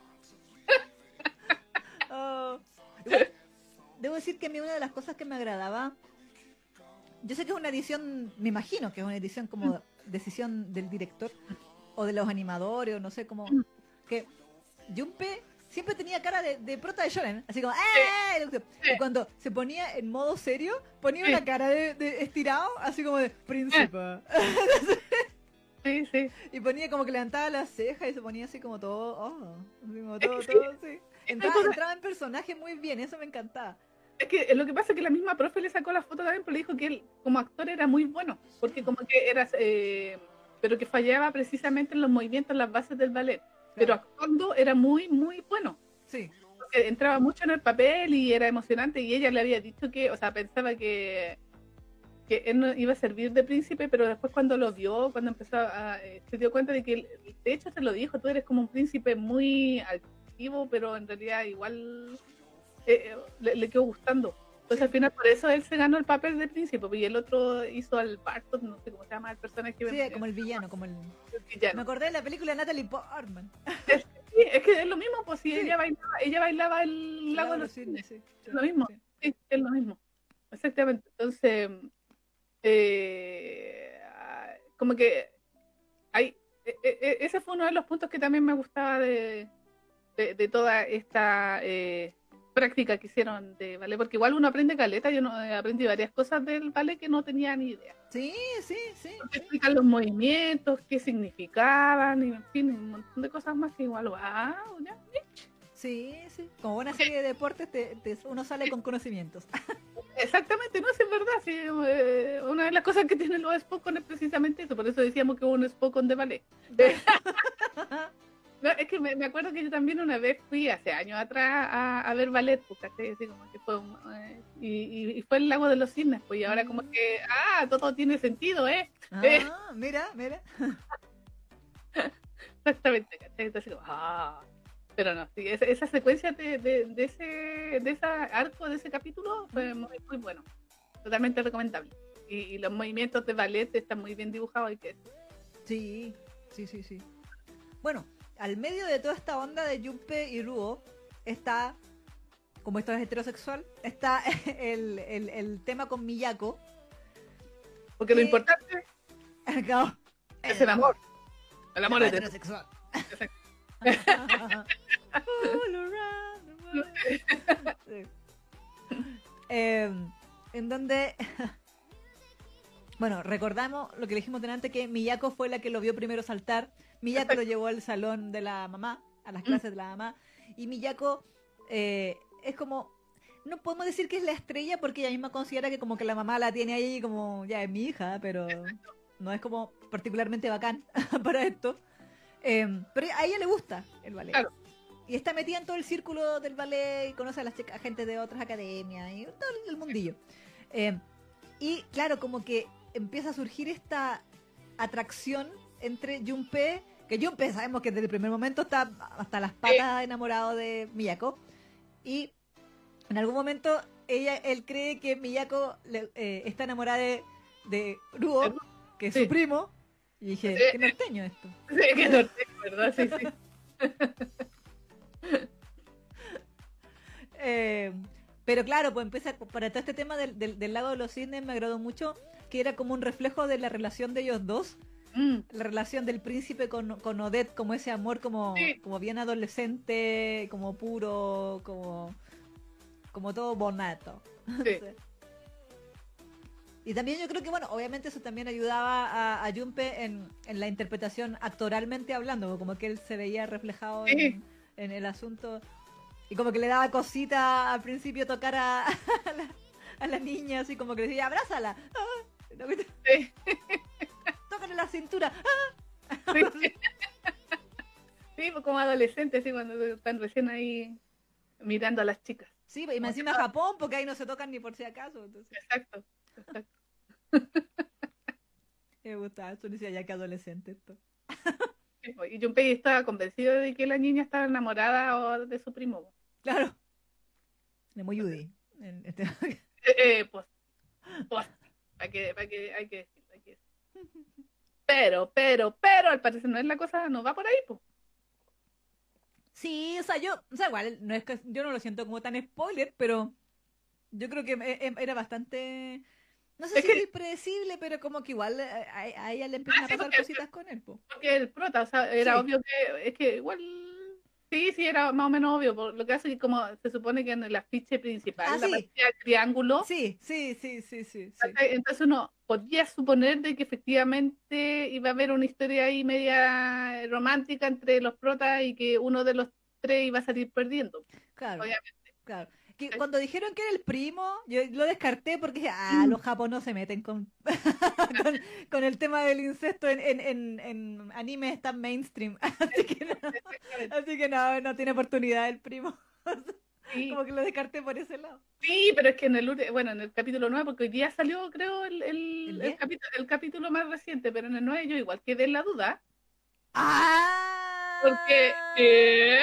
Oh. Igual, debo decir que a mí una de las cosas que me agradaba, yo sé que es una edición, me imagino que es una edición como decisión del director o de los animadores o no sé cómo, que Junpei siempre tenía cara de prota de shonen, así como Sí. y cuando se ponía en modo serio ponía Sí. una cara de estirado, así como de príncipe. Sí, sí. Y ponía como que levantaba las cejas y se ponía así como todo, así como Es todo, que sí, todo, sí. una cosa- Entraba en personaje muy bien, eso me encantaba. es que lo que pasa es que la misma profe le sacó la foto también, pero le dijo que él como actor era muy bueno, porque Sí, como que era, pero que fallaba precisamente en los movimientos, en las bases del ballet, pero claro. actuando era muy, muy bueno. Sí, Porque entraba mucho en el papel y era emocionante y ella le había dicho que, o sea, pensaba que él no iba a servir de príncipe, pero después cuando lo vio, cuando empezó se dio cuenta de que, de hecho se lo dijo, tú eres como un príncipe muy activo, pero en realidad igual le quedó gustando. Entonces al sí. final por eso él se ganó el papel de príncipe, y el otro hizo al Bartok, no sé cómo se llama el personaje, Sí, como el villano, como el... el Me villano. acordé de la película de Natalie Portman. Sí, es que es lo mismo, pues si Sí, ella bailaba el el lago lago de de los los cisnes, cisnes, sí, es sí, lo mismo, sí. sí, es lo mismo, exactamente. Entonces, como que hay, ese fue uno de los puntos que también me gustaba de toda esta práctica que hicieron de ballet, porque igual uno aprende caleta, yo no, aprendí varias cosas del ballet que no tenía ni idea. Sí, sí, sí, Porque sí. explican los movimientos, qué significaban, y en fin, un montón de cosas más que igual, wow, ya. Sí, sí. Como buena Porque, serie de deportes, uno sale con conocimientos. exactamente, no, sí, es verdad, sí, una de las cosas que tienen los Spokon es precisamente eso, por eso decíamos que hubo un Spokon de ballet. No, es que me acuerdo que yo también una vez fui hace años atrás a ver ballet, pues, ¿cachai? Así como que fue y fue el lago de los cisnes, pues, y ahora como Mm. que, todo tiene sentido, ¿eh? Ah, mira, mira. Exactamente, ¿cachai? Entonces, como, pero no, sí, esa secuencia de ese arco, de ese capítulo, fue muy, muy bueno, totalmente recomendable. Y los movimientos de ballet están muy bien dibujados, hay que decir. Sí, sí, sí, sí. Bueno, al medio de toda esta onda de Junpei y Ruo está, como esto es heterosexual, está el tema con Miyako, Porque lo que importante acabó es el amor, el el amor amor es de heterosexual. Exacto. All around the world. Sí. En donde, bueno, recordamos lo que dijimos delante, que Miyako fue la que lo vio primero saltar. Miyako lo llevó al salón de la mamá, a las clases de la mamá. Y Miyako es como, no podemos decir que es la estrella porque ella misma considera que como que la mamá la tiene ahí como, ya es mi hija, pero no es como particularmente bacán para esto. Pero a ella le gusta el ballet. Claro, Y está metida en todo el círculo del ballet y conoce a las chicas, a gente de otras academias y todo el mundillo. Y claro, como que empieza a surgir esta atracción entre Junpei, que Junpei sabemos que desde el primer momento está hasta las patas enamorado de Miyako. Y en algún momento él cree que Miyako está enamorada de Ruo, que es su sí, primo. Y dije, qué sí, norteño esto. sí, que norteño, ¿verdad? Sí, sí. Eh, pero claro, pues empieza, para todo este tema del lago de los cisnes me agradó mucho, que era como un reflejo de la relación de ellos dos, Mm, la relación del príncipe con Odette, como ese amor sí, como bien adolescente, como puro, como todo bonato. sí. Sí. Y también yo creo que, bueno, obviamente eso también ayudaba a Junpei en la interpretación actoralmente hablando, como que él se veía reflejado Sí, en el asunto. Y como que le daba cosita al principio tocar a la niña, así como que le decía, abrázala. sí, Tócale la cintura. sí. Sí, pues como adolescentes, sí, cuando están recién ahí mirando a las chicas. Sí, y más Como que encima Japón, porque ahí no se tocan ni por si acaso. Entonces, exacto, exacto. me gustaba eso, decía ya que adolescente esto. Sí, pues, y Junpei estaba convencido de que la niña estaba enamorada de su primo. Claro, de muy Entonces, Judy. pues, pues, hay que decirlo, hay que decirlo. Pero, al parecer no es la cosa, no va por ahí, pues. Sí, o sea, igual, no es que yo no lo siento como tan spoiler, pero yo creo que era bastante, no sé Es si que, decir predecible, pero como que igual a ella le empiezan a sí, pasar cositas con él, po. porque el prota, o sea, era Sí, obvio que, es que igual, Sí, sí, era más o menos obvio. Lo que hace es que como se supone que en el afiche principal, la Sí. pantalla de triángulo, Sí, sí, sí, sí, sí, sí. ¿cachai? Entonces uno podía suponer de que efectivamente iba a haber una historia ahí media romántica entre los protas y que uno de los tres iba a salir perdiendo, Claro, obviamente. claro. Que cuando dijeron que era el primo, yo lo descarté porque dije, los japoneses se meten con, con el tema del incesto en animes tan mainstream. Así que no, no tiene oportunidad el primo. Sí, Como que lo descarté por ese lado. sí, pero es que bueno, en el capítulo 9 porque hoy día salió, creo, ¿El 10? el capítulo más reciente, pero en el 9 yo igual quedé en la duda, porque, ¡Ah!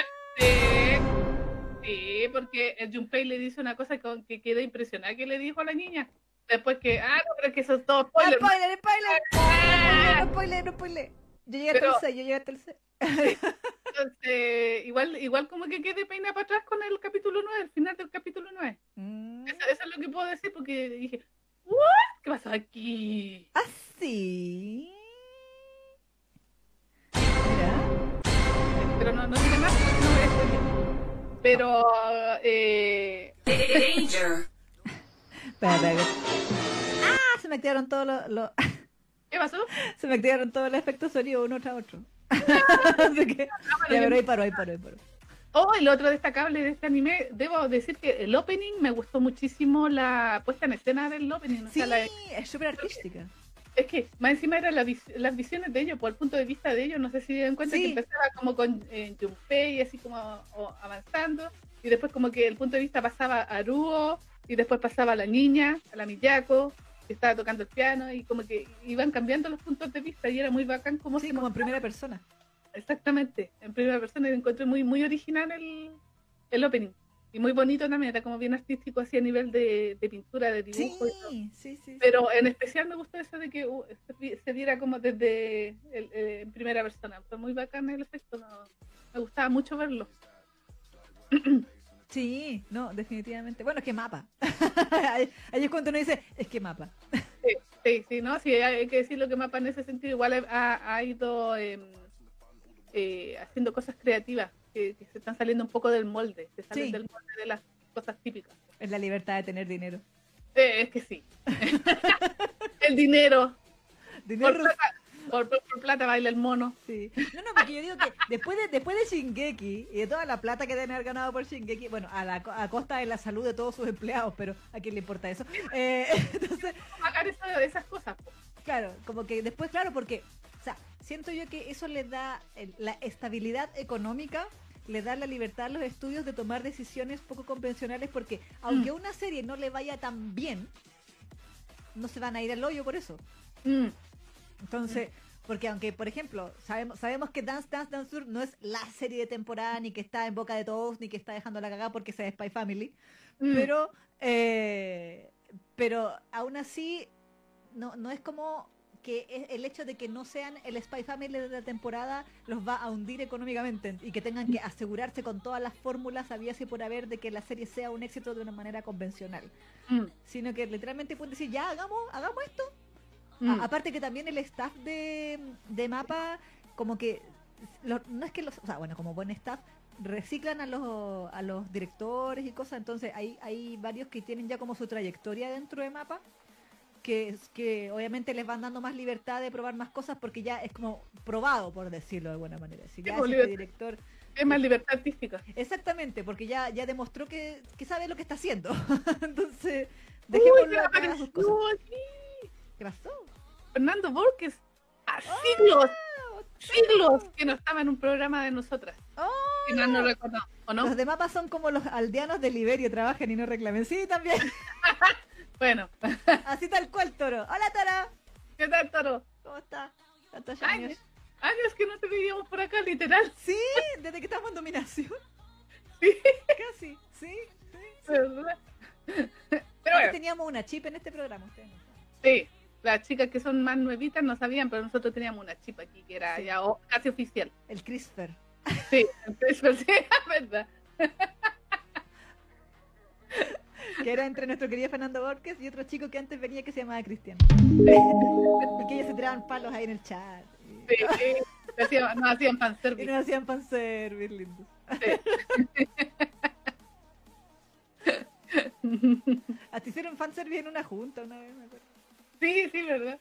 porque el Junpei le dice una cosa con que quedé impresionada que le dijo a la niña. Después que, no, pero es que eso es todo ¡Ah, spoiler. spoiler, spoiler! ¡Ah! No spoiler, no spoiler. Yo llegué hasta Pero, el 6, yo llegué hasta el 6. entonces, igual como que quedé peinada para atrás con el capítulo 9 el final del capítulo 9. Eso es lo que puedo decir porque dije, ¿what? ¿Qué pasó aquí? ¿Ah, sí? Mira. Pero no tiene más, no voy a spoiler. Pero, Danger. Espérate. ¡Ah! Se me activaron todos ¿qué pasó? se me activaron todos los efectos sonidos uno tras otro. Así que, ya, pero ahí paró, ahí paró, ahí paró. Oh, y lo otro destacable de este anime, debo decir que el opening me gustó muchísimo la puesta en escena del opening. O Sí, sea, es súper artística. es que más encima eran las visiones de ellos, por el punto de vista de ellos, no sé si se dan cuenta Sí. que empezaba como con Junpei, así como avanzando, y después como que el punto de vista pasaba a Aruo, y después pasaba a la niña, a la Miyako, que estaba tocando el piano, y como que iban cambiando los puntos de vista, y era muy bacán como Sí, se como en mostraba. primera persona. Exactamente, en primera persona, y encontré muy original el opening. Y muy bonito también, era como bien artístico así a nivel de pintura, de dibujo y todo. Sí. Pero en especial me gustó eso de que se viera como desde en primera persona. Fue muy bacán el efecto, me gustaba mucho verlo. Sí, no, definitivamente. Bueno, es que mapa. Ahí es cuando uno dice, es que mapa. Sí, ¿no? Sí, hay que decirlo que Mapa en ese sentido igual ha ido haciendo cosas creativas que se están saliendo un poco del molde, se salen Sí. del molde de las cosas típicas. Es la libertad de tener dinero. Es que sí. El dinero. Dinero. Por plata baila el mono. Sí. No, porque yo digo que después de Shingeki y de toda la plata que deben haber ganado por Shingeki, bueno, a costa de la salud de todos sus empleados, pero ¿a quién le importa eso? Entonces, Pagar esas cosas. claro, como que después, claro, porque, o sea, siento yo que eso le da la estabilidad económica, le da la libertad a los estudios de tomar decisiones poco convencionales, porque aunque a una serie no le vaya tan bien, no se van a ir al hoyo por eso. Entonces, porque aunque, por ejemplo, sabemos que Dance Sur no es la serie de temporada, ni que está en boca de todos, ni que está dejando la cagada porque sea Spy Family, pero aún así no es como que el hecho de que no sean el Spy Family de la temporada los va a hundir económicamente y que tengan que asegurarse con todas las fórmulas habidas y por haber de que la serie sea un éxito de una manera convencional, sino que literalmente pueden decir, ya hagamos esto. Aparte que también el staff de Mapa, como que no es que o sea, bueno, como buen staff reciclan a los directores y cosas, entonces hay varios que tienen ya como su trayectoria dentro de Mapa, que obviamente les van dando más libertad de probar más cosas porque ya es como probado, por decirlo de alguna manera. Si ya es este director, es más libertad artística. exactamente, porque ya demostró que sabe lo que está haciendo. Entonces, dejémoslo que haga sus cosas. ¿Qué pasó? Fernando Borges, a siglos que no estaba en un programa de nosotras. Si mal no recuerdo, ¿o no? Los de Mapa son como los aldeanos de Liberio, trabajan y no reclamen. Sí, también. Bueno. Así tal cual, Toro. Hola, Toro. ¿Qué tal, Toro? ¿Cómo está? ¿Cuántos años? Años que no te veíamos por acá, literal. Sí, desde que estamos en dominación. Sí. Casi, sí. ¿Verdad? Pero bueno. Teníamos una chip en este programa. Ustedes no saben. Sí. Las chicas que son más nuevitas no sabían, pero nosotros teníamos una chip aquí que era ya casi oficial. El CRISPR. Sí, el CRISPR, sí, es verdad. Que era entre nuestro querido Fernando Borges y otro chico que antes venía que se llamaba Cristian. Porque ellos se tiraban palos ahí en el chat. Sí. No hacían Y fanservice. nos hacían fanservice, lindos. Hasta hicieron fanservice en una junta una vez, me acuerdo. Sí, sí, ¿verdad?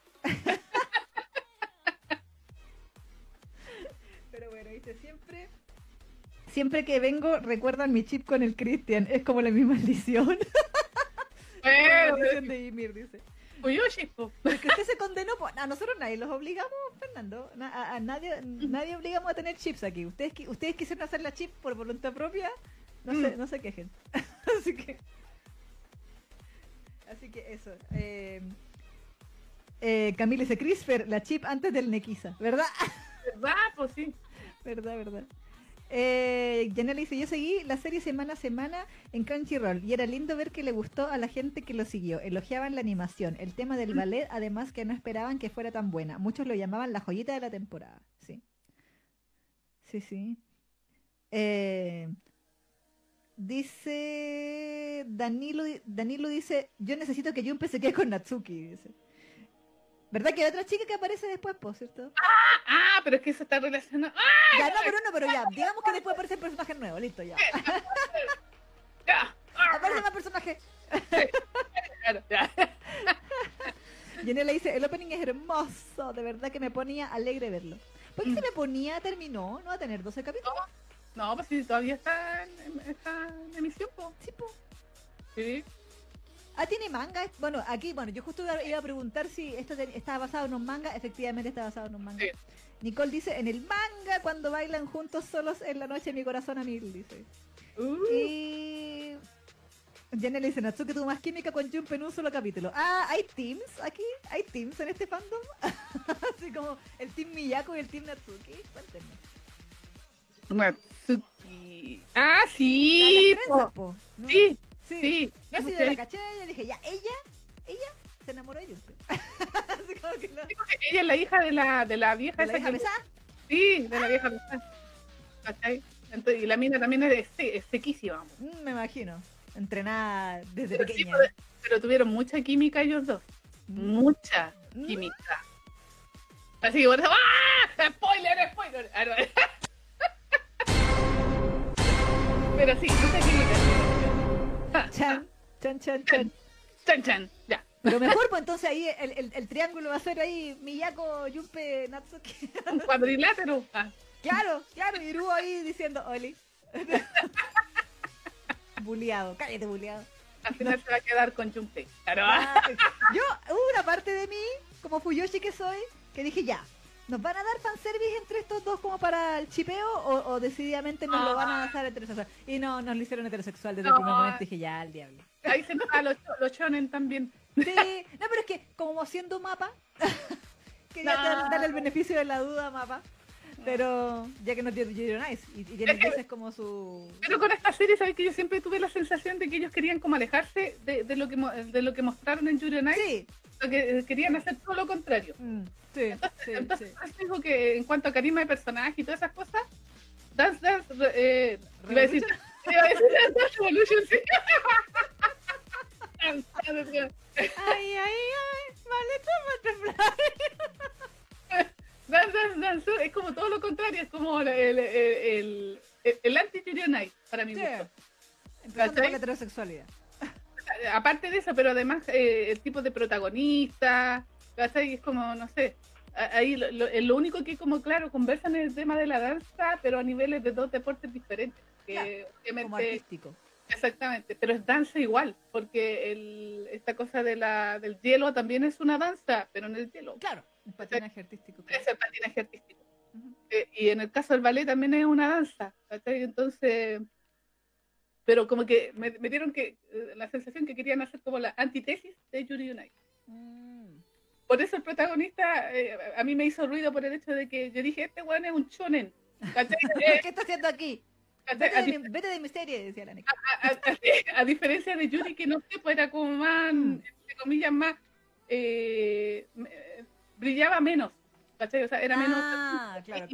Pero bueno, dice, siempre que vengo recuerdan mi chip con el Christian. Es como la misma maldición. La Bueno, maldición de Ymir, dice. Fuyoshi, po. Porque usted se condenó, pues, a nosotros nadie los obligamos, Fernando. A nadie obligamos a tener chips aquí. Ustedes quisieron hacer la chip por voluntad propia, no se quejen. Así que eso. Camila dice, Crisper, la chip antes del Nequiza, ¿verdad? ¿Verdad? Pues sí. verdad. Janela dice, yo seguí la serie semana a semana en Crunchyroll y era lindo ver que le gustó a la gente que lo siguió. Elogiaban la animación, el tema del ballet, además que no esperaban que fuera tan buena. Muchos lo llamaban la joyita de la temporada. Sí. Dice Danilo dice, yo necesito que Junpei se quede con Natsuki, dice. ¿Verdad que hay otra chica que aparece después, por cierto? Ah, pero es que eso está relacionado. Ya, no, pero ya, digamos que después aparece el personaje nuevo, listo, ya. Ya. Aparece más personaje. Claro, ya. Janela dice, el opening es hermoso, de verdad que me ponía alegre verlo. ¿Por qué se me ponía? Terminó, ¿no va a tener 12 capítulos? No, pues sí, todavía está en emisión, po. Sí, po. Sí. Ah, tiene manga. Bueno, aquí, yo justo iba a preguntar si esto estaba basado en un manga. Efectivamente está basado en un manga. Sí. Nicole dice, en el manga, cuando bailan juntos solos en la noche, mi corazón a mil, dice. Y Janela dice, Natsuki tuvo más química con Junpei en un solo capítulo. Ah, ¿hay teams aquí? ¿Hay teams en este fandom? Así como el team Miyako y el team Natsuki. Cuéntenme. Natsuki. Ah, sí. Las trenzas, po, ¿no? Sí. Sí. Sí. Yo sí Sí. de la caché, yo dije, ya, ella se enamoró de Junpei. Así como que no. Ella es la hija de la vieja ¿De la esa hija que- pesada? Sí, de la vieja pesada. ¿Cachai? Entonces, y la mina también es sequísima. Me imagino. Entrenada desde Pero, sí, pequeña. pero tuvieron mucha química ellos dos. Mucha química. Así que por eso, ¡ah! ¡Spoiler! Ah, no. Pero sí, mucha química. Chan. Chan. Ya. Pero mejor, pues entonces ahí el triángulo va a ser ahí Miyako, Junpei, Natsuki. Un cuadrilátero. Claro, y Ru ahí diciendo Oli. Buleado, cállate, buleado. Al final se va a quedar con Junpei. Claro. Yo, hubo una parte de mí, como Fuyoshi que soy, que dije ya, ¿nos van a dar fanservice entre estos dos como para el chipeo o decididamente nos lo van a dejar heterosexual? Y no, nos lo hicieron heterosexual desde el primer momento, dije ya, al diablo. Ahí se enojan los shonen también. Sí, no, pero es que como siendo mapa, quería darle el beneficio de la duda a mapa, pero ya que no tiene Nice y tiene veces como su... Pero con esta serie, ¿sabes que yo siempre tuve la sensación de que ellos querían como alejarse de lo que mostraron en Yuri on Ice? Sí. Lo que querían hacer todo lo contrario. Sí, Entonces digo que en cuanto a carisma de personaje y todas esas cosas, iba a decir Dance Revolution, sí. Ay, vale, tómate, Dance es como todo lo contrario, es como el anti-Yuri on Ice, para mi gusto. Empezando con la heterosexualidad. Aparte de eso, pero además el tipo de protagonista, ¿cachai? Es como, no sé, ahí lo único que como, claro, conversan es el tema de la danza, pero a niveles de dos deportes diferentes. Que obviamente, como artístico. Exactamente, pero es danza igual, porque esta cosa del hielo también es una danza, pero en el hielo. Claro, el patinaje artístico. Claro. Es el patinaje artístico. Y en el caso del ballet también es una danza, ¿cachai? Entonces... pero como que me dieron la sensación que querían hacer como la antítesis de Yuri on Ice. Por eso el protagonista a mí me hizo ruido por el hecho de que yo dije, este weón es un shonen. ¿Qué está haciendo aquí? Vete de mi serie, decía la Nick. A diferencia de Yuri, que no sé, pues era como más, entre comillas, más brillaba menos, ¿cachai? O sea, era menos claro.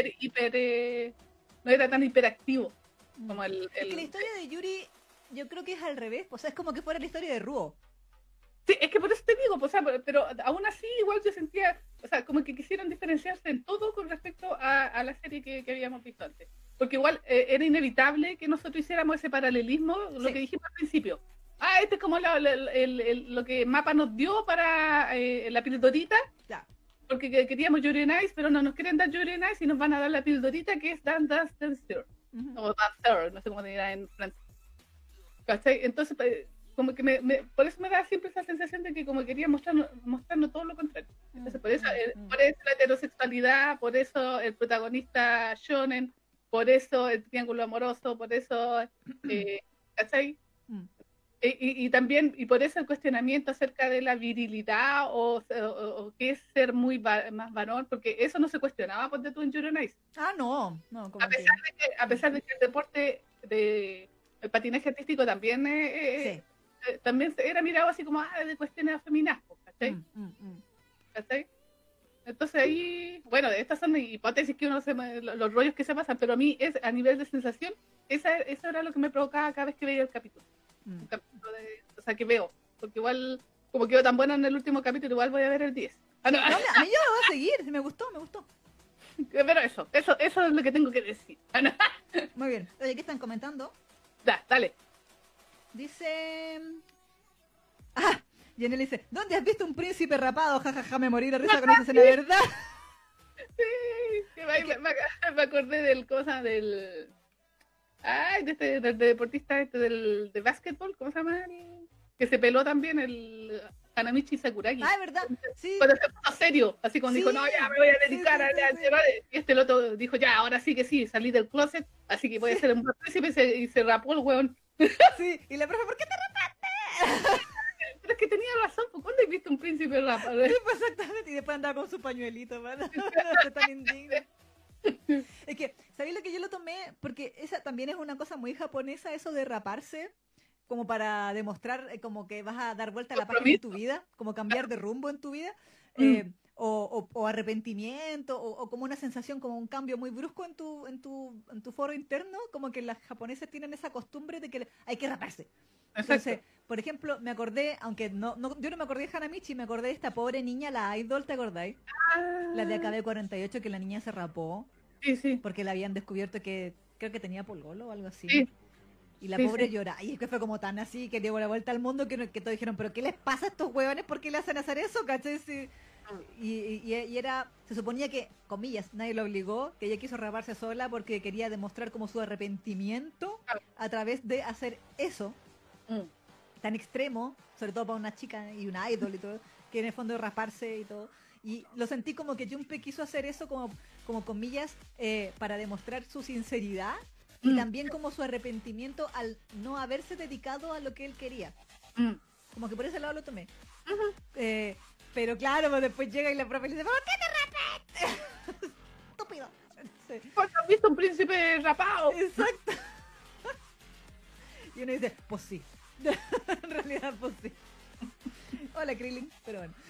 no era tan hiperactivo como el... Es que la historia de Yuri yo creo que es al revés, o sea, es como que fuera la historia de Ruo. Sí, es que por eso te digo, pues, o sea, pero aún así igual yo sentía, o sea, como que quisieron diferenciarse en todo con respecto a la serie que habíamos visto antes. Porque igual era inevitable que nosotros hiciéramos ese paralelismo, lo Sí. que dijimos al principio. Ah, este es como lo que Mapa nos dio para la pildorita, Ya. porque queríamos Yuri on Ice, pero no nos quieren dar Yuri on Ice y nos van a dar la pildorita que es Dan Dance Dancer, Ujú. o Dancer, no sé cómo se dirá en francés. ¿Cachai? Entonces, como que por eso me da siempre esa sensación de que como quería mostrarnos todo lo contrario. Entonces, por eso la heterosexualidad, por eso el protagonista shonen, por eso el triángulo amoroso, por eso, ¿cachai? Mm. Y también, y por eso el cuestionamiento acerca de la virilidad o qué es ser más varón, porque eso no se cuestionaba, ponte tú en Yuri on Ice. Ah, no, como que... A pesar de que el deporte el patinaje artístico también Sí. también era mirado así como de cuestiones afeminadas, ¿cachai? Mm. ¿Cachai? Entonces ahí, bueno, estas son hipótesis que los rollos que se pasan, pero a mí es a nivel de sensación, eso era lo que me provocaba cada vez que veía el capítulo. Mm. Un capítulo o sea, que veo, porque igual, como quedó tan bueno en el último capítulo, igual voy a ver el 10. Ah, no, No, a mí yo lo voy a seguir, me gustó. pero eso es lo que tengo que decir. Ah, no. Muy bien. Oye, ¿qué están comentando? Dale. Dice... Ah, Jenny le dice, ¿dónde has visto un príncipe rapado? Ja, ja, ja, me morí la risa con esa escena, ¿verdad? Sí, me acordé del cosa del... Ay, del deportista de básquetbol, ¿cómo se llama? Que se peló también, el Hanamichi Sakuragi. Ah, es verdad, sí. Cuando se puso serio, así como Sí, dijo, no, ya me voy a dedicar sí. al tema. Y el otro dijo, ya, ahora sí que sí, salí del closet, así que voy a ser un buen príncipe y se rapó el weón. Sí, y la profe, ¿por qué te rapaste? Pero es que tenía razón, ¿por cuándo has visto un príncipe rapado? Sí, pues exactamente, y después andaba con su pañuelito, ¿verdad? Tan indigno. Es que, ¿sabéis lo que yo lo tomé? Porque esa también es una cosa muy japonesa, eso de raparse, como para demostrar como que vas a dar vuelta a la página en tu vida, como cambiar de rumbo en tu vida, o arrepentimiento, o como una sensación, como un cambio muy brusco en tu foro interno, como que las japonesas tienen esa costumbre de que hay que raparse. Entonces, Exacto. por ejemplo, me acordé, aunque yo no me acordé de Hanamichi, me acordé de esta pobre niña, la idol, ¿te acordáis? La de AKB48, que la niña se rapó Sí. porque la habían descubierto que creo que tenía pololo o algo así. Sí. Y la Sí, pobre sí. llora. Y es que fue como tan así que dio la vuelta al mundo que todos dijeron, ¿pero qué les pasa a estos huevones? ¿Por qué le hacen hacer eso? ¿Cachai? Sí. Y era, se suponía que, comillas, nadie lo obligó, que ella quiso raparse sola porque quería demostrar como su arrepentimiento a través de hacer eso Mm. tan extremo, sobre todo para una chica y una idol y todo, que en el fondo raparse y todo. Y lo sentí como que Junpei quiso hacer eso como comillas, para demostrar su sinceridad y también como su arrepentimiento al no haberse dedicado a lo que él quería. Mm. Como que por ese lado lo tomé. Pero claro, pues después llega y la profe le dice, ¿por qué te rapaste? Estúpido. Sí, ¿Cuándo has visto un príncipe rapado? exacto. Y uno dice, pues sí. En realidad, pues sí. Hola, Krillin, pero bueno.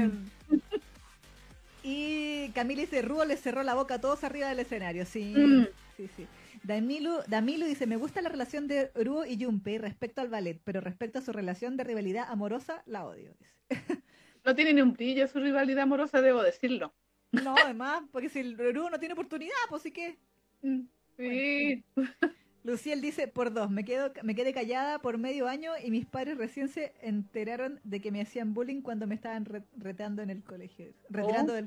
Y Camila dice, Ruo le cerró la boca a todos arriba del escenario. Sí, sí. Damilu dice, me gusta la relación de Ruo y Junpei respecto al ballet, pero respecto a su relación de rivalidad amorosa, la odio. Dice. No tiene ni un brillo su rivalidad amorosa, debo decirlo. No, además, porque si el Ruo no tiene oportunidad, pues sí que... Sí. Luciel dice, por dos, me quedé callada por medio año y mis padres recién se enteraron de que me hacían bullying cuando me estaban retirando del colegio.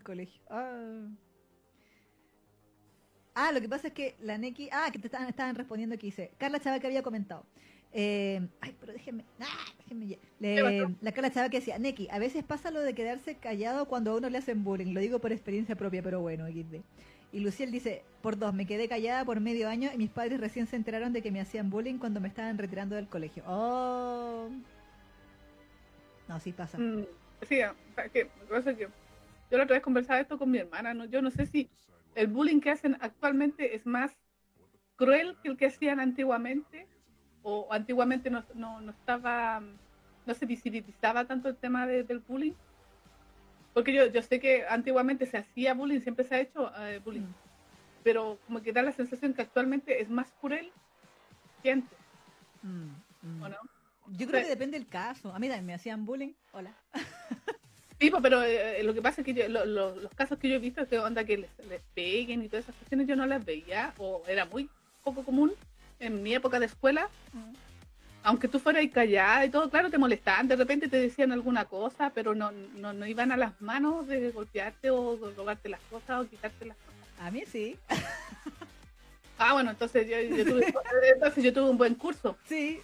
Lo que pasa es que la Neki, que te estaban respondiendo aquí, dice, Carla Chava que había comentado. Pero déjenme la Carla Chava que decía, Neki, a veces pasa lo de quedarse callado cuando a uno le hacen bullying, lo digo por experiencia propia, pero bueno, XD. Y Luciel dice, por dos, me quedé callada por medio año y mis padres recién se enteraron de que me hacían bullying cuando me estaban retirando del colegio. Oh. No, sí pasa. Sí, que yo la otra vez conversaba esto con mi hermana, ¿no? Yo no sé si el bullying que hacen actualmente es más cruel que el que hacían antiguamente, o antiguamente no estaba, no se visibilizaba tanto el tema del bullying. Porque yo sé que antiguamente se hacía bullying, siempre se ha hecho bullying, pero como que da la sensación que actualmente es más cruel que antes, ¿o no? Yo creo que depende del caso. A mí también me hacían bullying. Hola. Sí, pues, pero lo que pasa es que los casos que yo he visto es que onda que les peguen y todas esas cuestiones yo no las veía, o era muy poco común en mi época de escuela. Aunque tú fueras callada y todo, claro, te molestaban, de repente te decían alguna cosa, pero no iban a las manos de golpearte o de robarte las cosas o quitarte las cosas. A mí sí. Ah, bueno, entonces yo tuve un buen curso. Sí.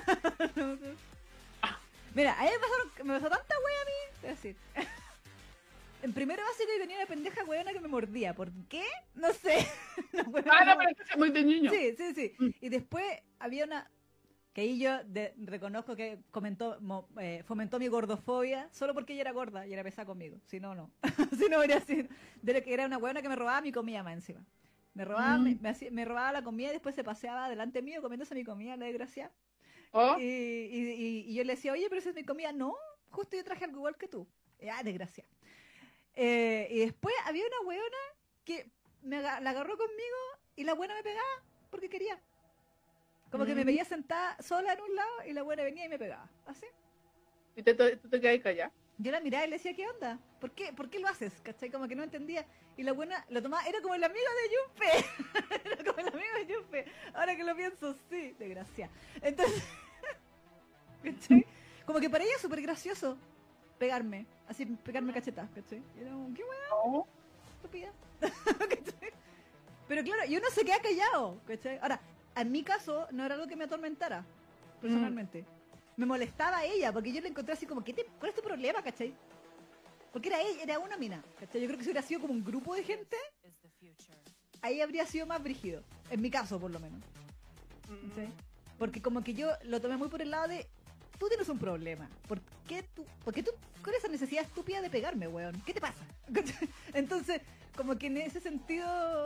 Mira, a mí me pasó tanta wea a mí, te voy a decir. En primero básico yo tenía una pendeja weona que me mordía. ¿Por qué? No sé. No, pero esto es muy de niño. Sí. Y después había una... Que ahí yo reconozco que fomentó mi gordofobia solo porque ella era gorda y era pesada conmigo. Si no, no. Si no, era así. Era una weona que me robaba mi comida más encima. Me robaba, me robaba la comida y después se paseaba delante mío comiéndose mi comida, la desgracia. Oh. Y yo le decía, oye, pero esa es mi comida. No, justo yo traje algo igual que tú. Desgracia. Y después había una weona que la agarró conmigo y la buena me pegaba porque quería. Como que me veía sentada sola en un lado y la buena venía y me pegaba. ¿Así? ¿Y tú te quedas callada? Yo la miraba y le decía, ¿qué onda? ¿Por qué lo haces? ¿Cachai? Como que no entendía. Y la buena lo tomaba, era como el amigo de Yunfe. Era como el amigo de Yunfe. Ahora que lo pienso, sí, desgracia. Entonces, ¿cachai? Como que para ella es súper gracioso pegarme. Así, pegarme cachetas, ¿cachai? Y era como, ¿qué weón? Estúpida. ¿Cachai? Pero claro, y uno se queda callado, ¿cachai? Ahora, en mi caso, no era algo que me atormentara, personalmente. Me molestaba ella, porque yo le encontré así como, ¿cuál es tu problema, cachai? Porque era ella, era una mina, cachai. Yo creo que si hubiera sido como un grupo de gente, ahí habría sido más brígido. En mi caso, por lo menos. ¿Cachai? Porque como que yo lo tomé muy por el lado de, tú tienes un problema. ¿Por qué tú con esa necesidad estúpida de pegarme, weón? ¿Qué te pasa? ¿Cachai? Entonces, como que en ese sentido,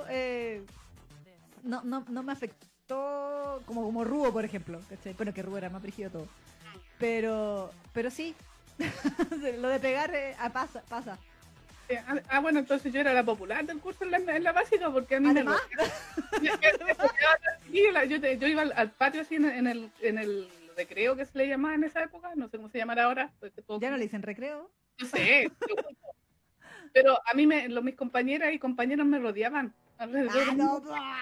no me afectó como Rubo, por ejemplo, ¿cachai? Bueno, que Rubo era más brígido todo. Pero sí, lo de pegar pasa. Bueno, entonces yo era la popular del curso en la básica, porque a mí ¿Además? yo iba al patio así en el recreo que se le llamaba en esa época, no sé cómo se llamará ahora. ¿Ya no le dicen recreo? No sé, pero a mí mis compañeras y compañeros me rodeaban alrededor. No,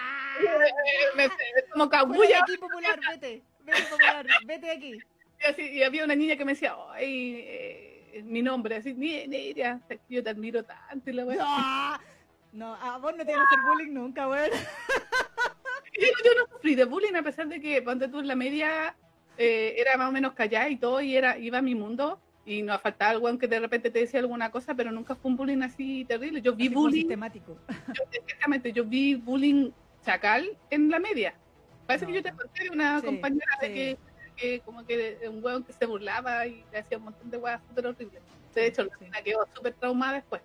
como cabulla. Aquí popular, vete popular, vete aquí. Y había una niña que me decía, ay, mi nombre, así, Nidia, yo te admiro tanto. Y la no, a vos no te van a hacer bullying nunca, weón. Yo no sufrí de bullying, a pesar de que, ponte tú en la media, era más o menos callada y todo, y iba a mi mundo, y nos faltaba algo aunque de repente te decía alguna cosa, pero nunca fue un bullying así terrible. Yo vi bullying sistemático. Exactamente, yo vi bullying chacal en la media. Parece que yo te conté de una compañera de que como que un hueón que se burlaba y le hacía un montón de huevas súper horribles. De hecho, la mina quedó súper traumada después.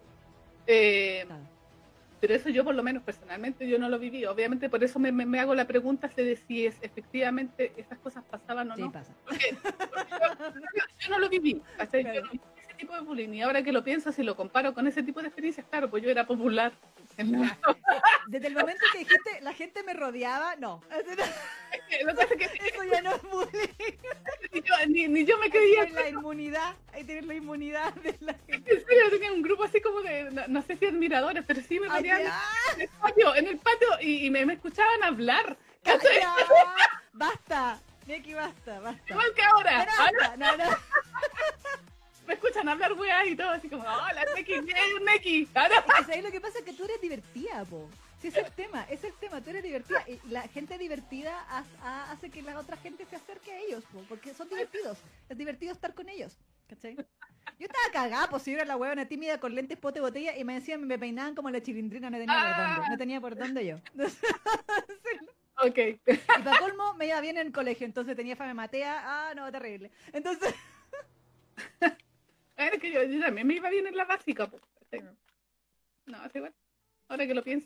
Pero eso yo por lo menos personalmente yo no lo viví. Obviamente por eso me hago la pregunta de si efectivamente esas cosas pasaban o no. Sí, pasa. Porque yo no lo viví. Claro. Yo no viví ese tipo de bullying. Y ahora que lo pienso, si lo comparo con ese tipo de experiencias, claro, pues yo era popular. Desde el momento que dijiste la gente me rodeaba, no. Lo que pasa es que eso ya no es bullying. Ni yo me creía. Ahí tienes la inmunidad de la gente. En serio, tenía un grupo así como de, no sé si admiradores, pero sí me ponían en el patio y me escuchaban hablar. Basta, Neki, basta. Igual que ahora. No. Me escuchan hablar weas y todo, así como, hola, Neki. ¿Sabes lo que pasa? Es que tú eres divertida, po. Sí, es el tema, tú eres divertida. Y la gente divertida hace que la otra gente se acerque a ellos, po, porque son divertidos. Es divertido estar con ellos, ¿cachai? Yo estaba cagada, pues si era la huevona tímida con lentes pote botella y me decían, me peinaban como la chilindrina, no tenía por dónde yo. Ok. Y para colmo me iba bien en el colegio, entonces tenía fama matea, no, terrible. Entonces... Es que yo también me iba bien en la básica, pues. No, es igual. Ahora que lo pienso.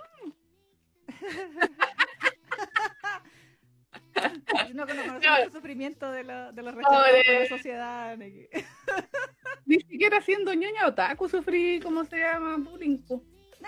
No conocemos el sufrimiento de los rechazados de la sociedad. Ni siquiera siendo ñoña otaku sufrí, ¿cómo se llama? Bullying.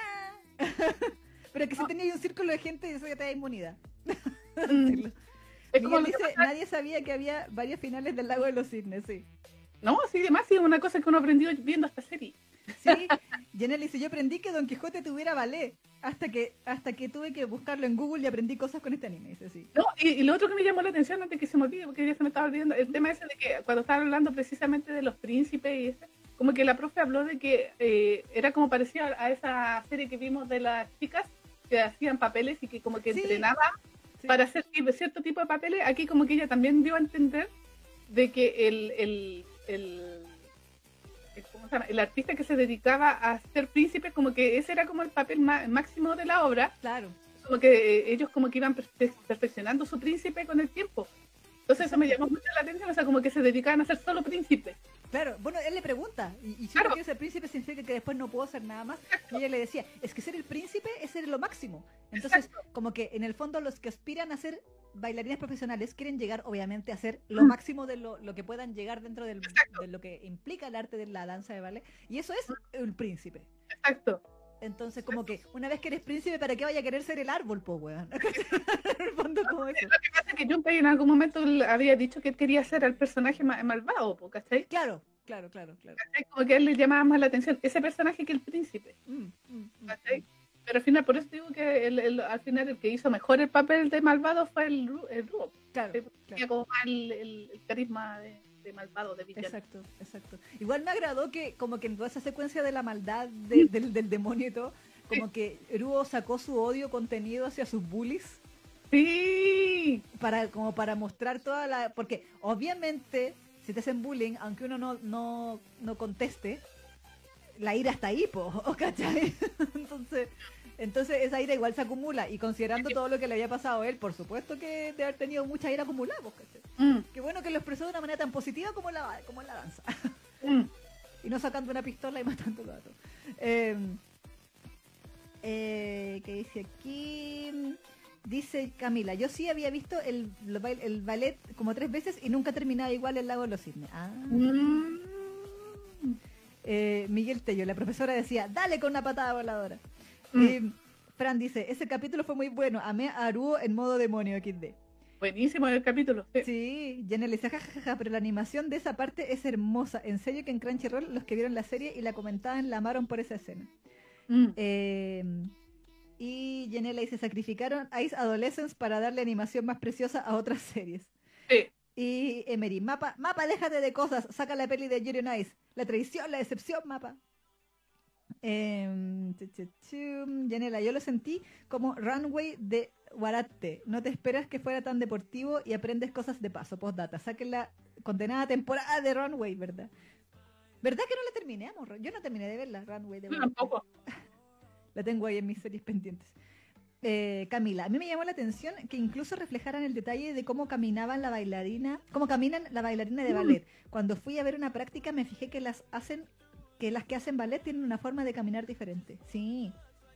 Pero que si tenías un círculo de gente, eso ya te da inmunidad. Es como Miguel lo que dice, pasa, nadie sabía que había varios finales del Lago de los Cisnes, sí. no, sí, además sí, es una cosa que uno aprendió viendo esta serie. Sí, Janelle dice, yo aprendí que Don Quijote tuviera ballet hasta que tuve que buscarlo en Google y aprendí cosas con este anime, dice sí. No, y lo otro que me llamó la atención antes que se me olvide, porque ya se me estaba olvidando, el tema ese de que cuando estaban hablando precisamente de los príncipes y ese, como que la profe habló de que era como parecía a esa serie que vimos de las chicas que hacían papeles y que como que Sí, entrenaban sí. para hacer cierto tipo de papeles. Aquí como que ella también dio a entender de que ¿cómo se llama? El artista que se dedicaba a ser príncipe, como que ese era como el papel máximo de la obra, Claro. como que ellos como que iban perfeccionando su príncipe con el tiempo. Entonces eso me llamó mucho la atención, o sea, como que se dedicaban a ser solo príncipe. Claro, bueno, él le pregunta, y si Claro. no quiero ser príncipe significa que después no puedo hacer nada más. Y ella le decía, es que ser el príncipe es ser lo máximo. Entonces, como que en el fondo los que aspiran a ser bailarines profesionales quieren llegar, obviamente, a ser lo máximo de lo que puedan llegar dentro de lo que implica el arte de la danza de ballet. Y eso es el príncipe. Exacto. Entonces, como que una vez que eres príncipe, ¿para qué vaya a querer ser el árbol, po, weón? En el fondo, como eso. Lo que pasa es que Junpei en algún momento había dicho que quería ser el personaje malvado, ¿cachai? Claro, claro, claro, claro. ¿Cachai? Como que a él le llamaba más la atención ese personaje que el príncipe, ¿cachai? Pero al final, por eso digo que al final el que hizo mejor el papel de malvado fue el Ruo. Claro, Tenía claro. como más el carisma de malvado, de villano. Exacto, exacto. Igual me agradó que como que en toda esa secuencia de la maldad del demonio y todo, como que Ruo sacó su odio contenido hacia sus bullies Sí, como para mostrar toda la... Porque obviamente si te hacen bullying, aunque uno no conteste, la ira está ahí, po, ¿cachai? Entonces esa ira igual se acumula y considerando todo lo que le había pasado a él, por supuesto que debe haber tenido mucha ira acumulada, po, ¿cachai? Qué bueno que lo expresó de una manera tan positiva como en la danza. Y no sacando una pistola y matando a todos. ¿Qué dice aquí? Dice Camila, yo sí había visto el ballet como 3 veces y nunca terminaba igual el Lago de los Cisnes. Miguel Tello, la profesora decía, dale con una patada voladora. Fran dice, ese capítulo fue muy bueno, amé a Aruo en modo demonio XD. Buenísimo el capítulo. Sí, Jenny le dice, jajaja, pero la animación de esa parte es hermosa. En serio que en Crunchyroll los que vieron la serie y la comentaban la amaron por esa escena. Y Jenny le dice, sacrificaron Ice Adolescence para darle animación más preciosa a otras series. Sí. Y Emery, Mapa, déjate de cosas, saca la peli de Yuri on Ice. La traición, la decepción, Mapa. Yanela, yo lo sentí como Runway de Warate. No te esperas que fuera tan deportivo y aprendes cosas de paso. Postdata, saquen la condenada temporada de Runway, ¿verdad? ¿Verdad que no la terminé, amor? Yo no terminé de ver la Runway de Warate. Tampoco. La tengo ahí en mis series pendientes. Camila, a mí me llamó la atención que incluso reflejaran el detalle de cómo caminaban la bailarina, cómo caminan la bailarina de ballet. Cuando fui a ver una práctica me fijé que las que hacen ballet tienen una forma de caminar diferente. Sí.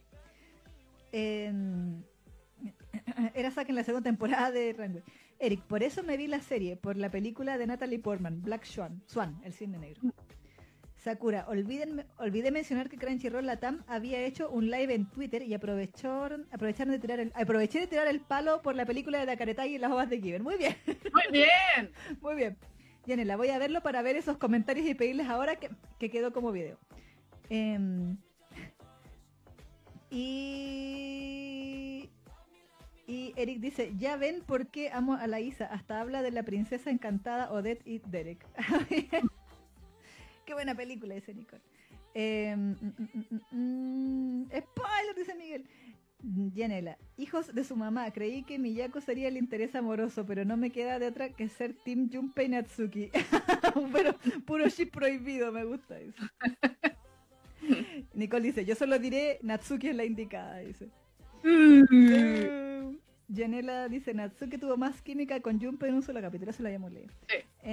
Era Zack en la segunda temporada de Runway. Eric, por eso me vi la serie, por la película de Natalie Portman, Black Swan, el cisne negro. Sakura, olvidé mencionar que Crunchyroll Latam había hecho un live en Twitter y aproveché de tirar el palo por la película de Dakaretai y las ovas de Given. Muy bien. Muy bien. Muy bien. Yanela, voy a verlo para ver esos comentarios y pedirles ahora que quedó como video. Y Eric dice, ya ven por qué amo a la Isa. Hasta habla de la princesa encantada Odette y Derek. Qué buena película ese, Nicole. Spoiler, dice Miguel. Yanela, hijos de su mamá, creí que Miyako sería el interés amoroso, pero no me queda de otra que ser Team Junpei Natsuki. Pero puro ship prohibido, me gusta eso. Nicole dice, yo solo diré Natsuki es la indicada, dice. Yanela dice, Natsuki tuvo más química con Junpei en un solo capítulo, eso lo habíamos leído. Sí.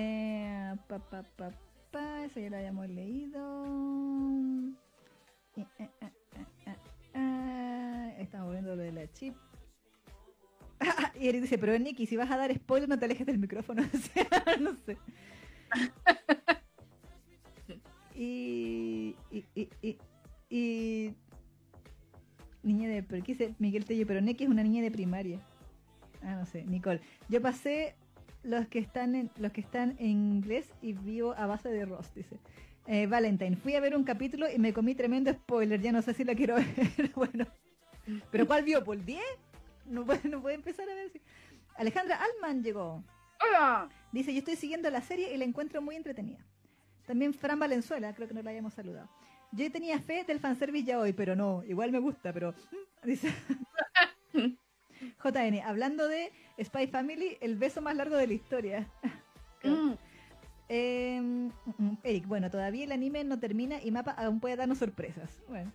Eso ya lo habíamos leído. Estamos viendo lo de la chip. Y Eric dice, pero Nikki, si vas a dar spoiler no te alejes del micrófono. O sea, no sé. Y niña de... ¿Pero qué dice Miguel Tello? Pero Nikki es una niña de primaria. no sé, Nicole. Yo pasé los que están en inglés y vivo a base de Ross, dice. Valentine, fui a ver un capítulo y me comí tremendo spoiler, ya no sé si la quiero ver. Bueno, pero ¿cuál vio? ¿Por 10? No puede empezar a ver si... Alejandra Alman llegó. ¡Hola! Dice, yo estoy siguiendo la serie y la encuentro muy entretenida. También Fran Valenzuela, creo que no la hayamos saludado. Yo tenía fe del fanservice ya hoy, pero no, igual me gusta, pero... Dice... JN, hablando de Spy Family, el beso más largo de la historia. Eric, bueno, todavía el anime no termina y Mapa aún puede darnos sorpresas. Bueno.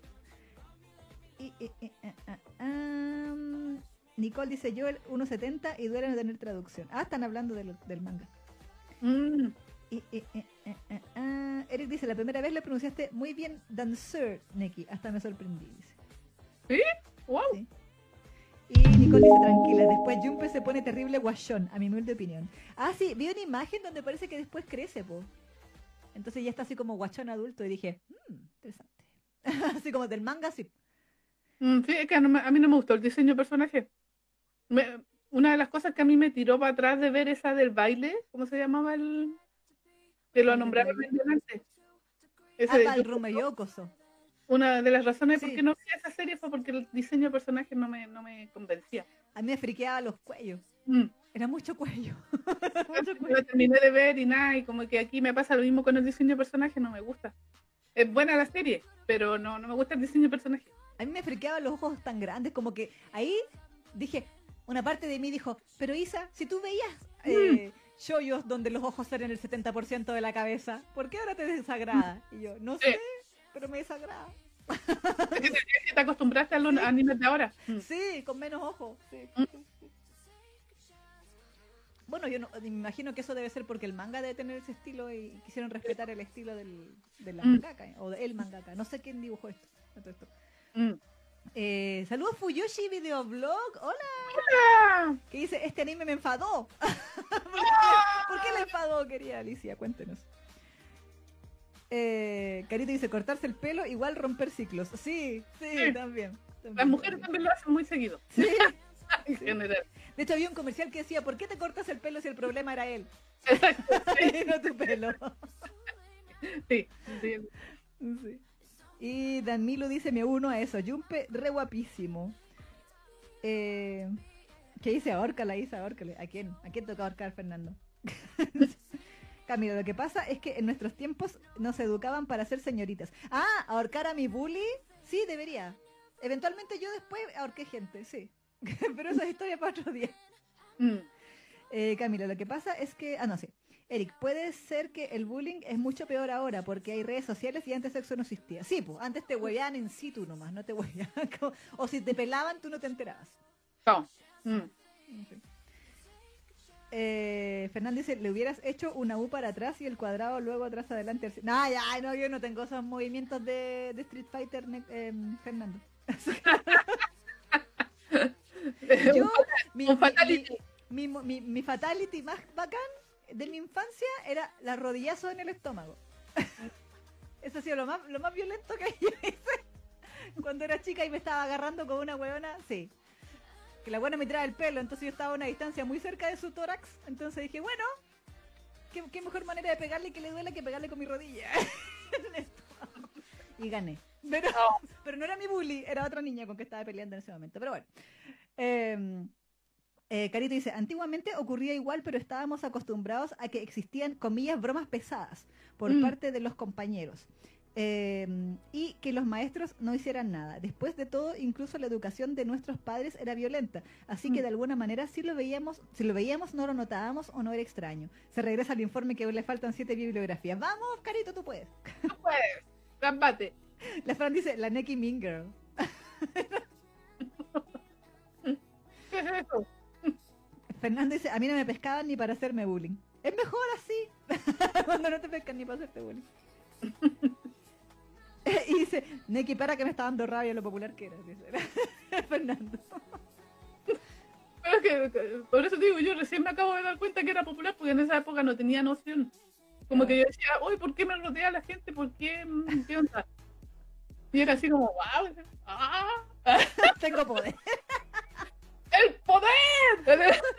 Nicole dice, yo el 1.70 y duele no tener traducción. Están hablando del manga. Eric dice, la primera vez lo pronunciaste muy bien, Dancer, Neki. Hasta me sorprendí, dice. ¿Sí? ¡Wow! Sí. Y Nicole dice, tranquila, después Junpe se pone terrible guachón, a mi humilde opinión. Sí, vi una imagen donde parece que después crece, po. Entonces ya está así como guachón adulto y dije, interesante. Así como del manga, sí. Sí, es que a mí no me gustó el diseño de personaje. Una de las cosas que a mí me tiró para atrás de ver esa del baile, ¿cómo se llamaba el...? Que lo nombraron antes. El Romeo Coso. Una de las razones Sí. por qué no vi esa serie fue porque el diseño de personaje no me convencía. A mí me friqueaba los cuellos. Era mucho cuello. Lo terminé de ver y nada, y como que aquí me pasa lo mismo con el diseño de personaje, no me gusta. Es buena la serie, pero no me gusta el diseño de personaje. A mí me friqueaban los ojos tan grandes, como que ahí dije, una parte de mí dijo, pero Isa, si tú veías shoyos donde los ojos eran el 70% de la cabeza, ¿por qué ahora te desagrada? Y yo, no sé, pero me desagrada. ¿Te acostumbraste a los animes de ahora? Sí, con menos ojos. Sí. Bueno, yo me imagino que eso debe ser porque el manga debe tener ese estilo y quisieron respetar el estilo de la mangaka, o del mangaka. No sé quién dibujó esto. Saludos Fuyoshi Videoblog. Hola. Que dice, este anime me enfadó. ¿Por qué le enfadó, querida Alicia? Cuéntenos. Carito dice, cortarse el pelo igual romper ciclos. Sí, también. Las mujeres también lo hacen muy seguido. Sí. En general. De hecho, había un comercial que decía, ¿por qué te cortas el pelo si el problema era él? Exacto. Y no tu pelo. Sí. Y Dan Milo dice, me uno a eso. Jumpe, re guapísimo. ¿Qué dice? Ahórcala, Isa, ahórcale. ¿A quién toca ahorcar, Fernando? Camilo, lo que pasa es que en nuestros tiempos nos educaban para ser señoritas. ¿Ahorcar a mi bully? Sí, debería. Eventualmente yo después ahorqué gente, sí. Pero esa es historia para otro día. Camilo, lo que pasa es que... no, sí. Eric, puede ser que el bullying es mucho peor ahora porque hay redes sociales y antes sexo no existía. Sí, pues, antes te hueveaban en situ nomás, no te hueveaban. O si te pelaban, tú no te enterabas. No. Fernando dice, le hubieras hecho una U para atrás y el cuadrado luego atrás adelante. No, yo no tengo esos movimientos de Street Fighter, Fernando. Yo, mi fatality más bacán de mi infancia era la rodillazo en el estómago. Eso ha sido lo más violento que yo hice cuando era chica y me estaba agarrando con una huevona, sí. Que la buena me tiraba el pelo, entonces yo estaba a una distancia muy cerca de su tórax, entonces dije, bueno, qué mejor manera de pegarle que le duela que pegarle con mi rodilla. Y gané. Pero no era mi bully, era otra niña con que estaba peleando en ese momento. Pero bueno. Carito dice, antiguamente ocurría igual, pero estábamos acostumbrados a que existían, comillas, bromas pesadas por parte de los compañeros. Y que los maestros no hicieran nada. Después de todo, incluso la educación de nuestros padres era violenta. Así que de alguna manera, si lo veíamos, no lo notábamos o no era extraño. Se regresa al informe que aún le faltan 7 bibliografías. Vamos, Carito, tú puedes. Tú puedes. Gambate. La Fran dice, la Neki Mean Girl. ¿Qué es eso? Fernando dice, a mí no me pescaban ni para hacerme bullying. Es mejor así. Cuando no te pescan ni para hacerte bullying. Y dice, Neki, para que me está dando rabia lo popular que era. Dice Fernando. Pero es que, por eso digo, yo recién me acabo de dar cuenta que era popular porque en esa época no tenía noción. Como que yo decía, uy, ¿por qué me rodea la gente? ¿Por qué? ¿Qué onda? Y era así como, wow, tengo poder. ¡El poder!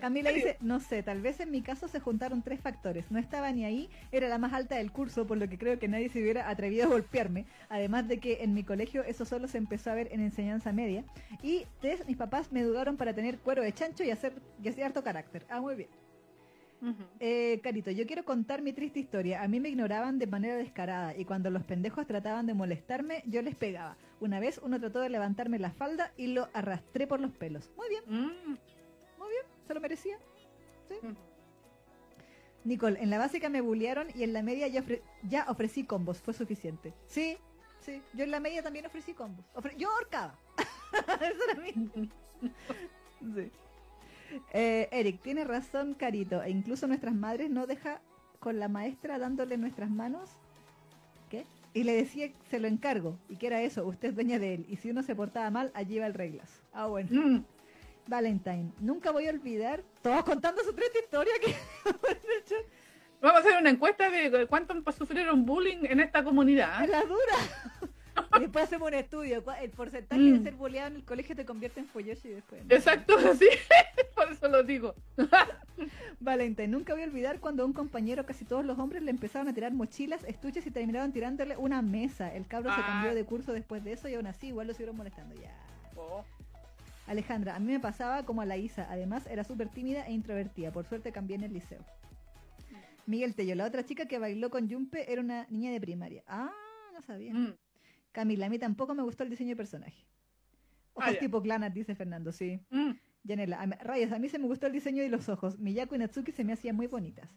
Camila dice, no sé, tal vez en mi caso se juntaron 3 factores. No estaba ni ahí, era la más alta del curso, por lo que creo que nadie se hubiera atrevido a golpearme. Además de que en mi colegio eso solo se empezó a ver en enseñanza media. Y 3, mis papás me educaron para tener cuero de chancho y hacer harto carácter. Ah, muy bien. Carito, yo quiero contar mi triste historia. A mí me ignoraban de manera descarada y cuando los pendejos trataban de molestarme, yo les pegaba. Una vez uno trató de levantarme la falda y lo arrastré por los pelos. Muy bien. Muy bien, se lo merecía. ¿Sí? Nicole, en la básica me bullearon y en la media ya ofrecí combos, fue suficiente. Sí, sí, yo en la media también ofrecí combos. Yo ahorcaba. Eso era mi... Sí. Eric, tiene razón Carito, e incluso nuestras madres no deja con la maestra dándole nuestras manos. ¿Qué? Y le decía, se lo encargo, y que era eso, usted es dueña de él, y si uno se portaba mal, allí va el reglas. Ah, bueno. Valentine, nunca voy a olvidar, todos contando su triste historia que vamos a hacer una encuesta de cuánto sufrieron bullying en esta comunidad. Es la dura. Y después hacemos un estudio, el porcentaje de ser bulleado en el colegio te convierte en folloshi después. Exacto, sí, por eso lo digo. Valentine, nunca voy a olvidar cuando a un compañero, casi todos los hombres, le empezaron a tirar mochilas, estuches y terminaron tirándole una mesa. El cabro se cambió de curso después de eso y aún así igual lo siguieron molestando. Ya. Alejandra, a mí me pasaba como a la Isa, además era súper tímida e introvertida, por suerte cambié en el liceo. Miguel Tello, la otra chica que bailó con Yumpe era una niña de primaria. Ah, no sabía. Camila, a mí tampoco me gustó el diseño de personaje. Ojos tipo Clanat, dice Fernando, sí. Yanela, Rayas, a mí se me gustó el diseño de los ojos. Miyako y Natsuki se me hacían muy bonitas.